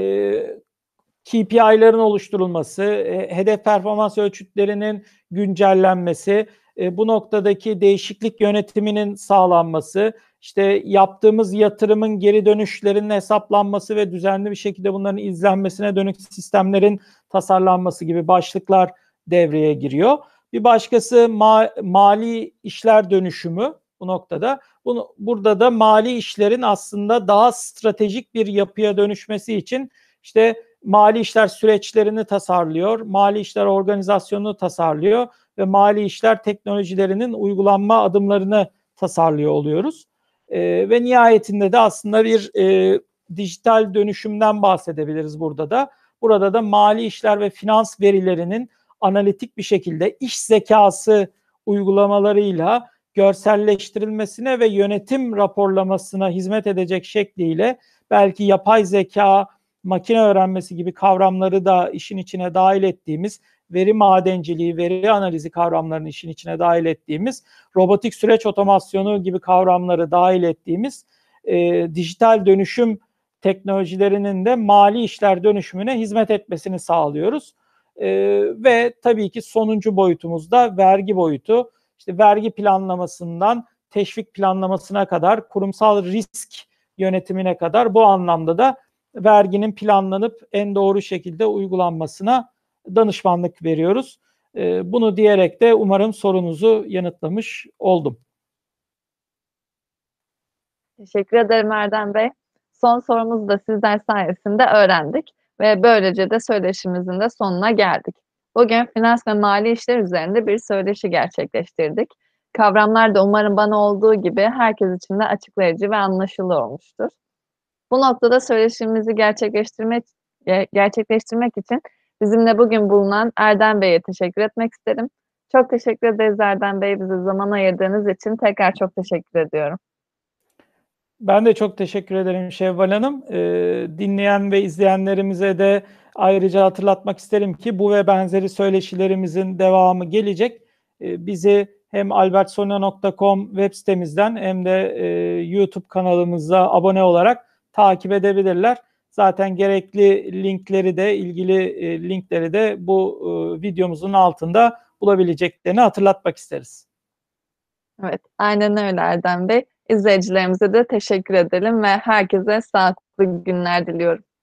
Speaker 2: K P I'lerin oluşturulması, e, hedef performans ölçütlerinin güncellenmesi, e, bu noktadaki değişiklik yönetiminin sağlanması, işte yaptığımız yatırımın geri dönüşlerinin hesaplanması ve düzenli bir şekilde bunların izlenmesine dönük sistemlerin tasarlanması gibi başlıklar devreye giriyor. Bir başkası ma- mali işler dönüşümü bu noktada. Bunu, burada da mali işlerin aslında daha stratejik bir yapıya dönüşmesi için işte mali işler süreçlerini tasarlıyor, mali işler organizasyonunu tasarlıyor ve mali işler teknolojilerinin uygulanma adımlarını tasarlıyor oluyoruz. E, ve nihayetinde de aslında bir e, dijital dönüşümden bahsedebiliriz burada da. Burada da mali işler ve finans verilerinin analitik bir şekilde iş zekası uygulamalarıyla görselleştirilmesine ve yönetim raporlamasına hizmet edecek şekliyle belki yapay zeka makine öğrenmesi gibi kavramları da işin içine dahil ettiğimiz, veri madenciliği, veri analizi kavramlarını işin içine dahil ettiğimiz, robotik süreç otomasyonu gibi kavramları dahil ettiğimiz e, dijital dönüşüm teknolojilerinin de mali işler dönüşümüne hizmet etmesini sağlıyoruz. E, ve tabii ki sonuncu boyutumuz da vergi boyutu. İşte vergi planlamasından teşvik planlamasına kadar, kurumsal risk yönetimine kadar bu anlamda da verginin planlanıp en doğru şekilde uygulanmasına danışmanlık veriyoruz. E, bunu diyerek de umarım sorunuzu yanıtlamış oldum.
Speaker 1: Teşekkür ederim Erdem Bey. Son sorumuzu da sizler sayesinde öğrendik ve böylece de söyleşimizin de sonuna geldik. Bugün finans ve mali işler üzerinde bir söyleşi gerçekleştirdik. Kavramlar da umarım bana olduğu gibi herkes için de açıklayıcı ve anlaşılır olmuştur. Bu noktada söyleşimizi gerçekleştirmek, gerçekleştirmek için bizimle bugün bulunan Erdem Bey'e teşekkür etmek isterim. Çok teşekkür ederiz Erdem Bey, bize zaman ayırdığınız için tekrar çok teşekkür ediyorum.
Speaker 2: Ben de çok teşekkür ederim Şevval Hanım. Ee, dinleyen ve izleyenlerimize de ayrıca hatırlatmak isterim ki bu ve benzeri söyleşilerimizin devamı gelecek. Ee, bizi hem albertsonia nokta com web sitemizden hem de e, YouTube kanalımıza abone olarak takip edebilirler. Zaten gerekli linkleri de, ilgili e, linkleri de bu e, videomuzun altında bulabileceklerini hatırlatmak isteriz.
Speaker 1: Evet, aynen öyle Erdem Bey. İzleyicilerimize de teşekkür edelim ve herkese sağlıklı günler diliyorum.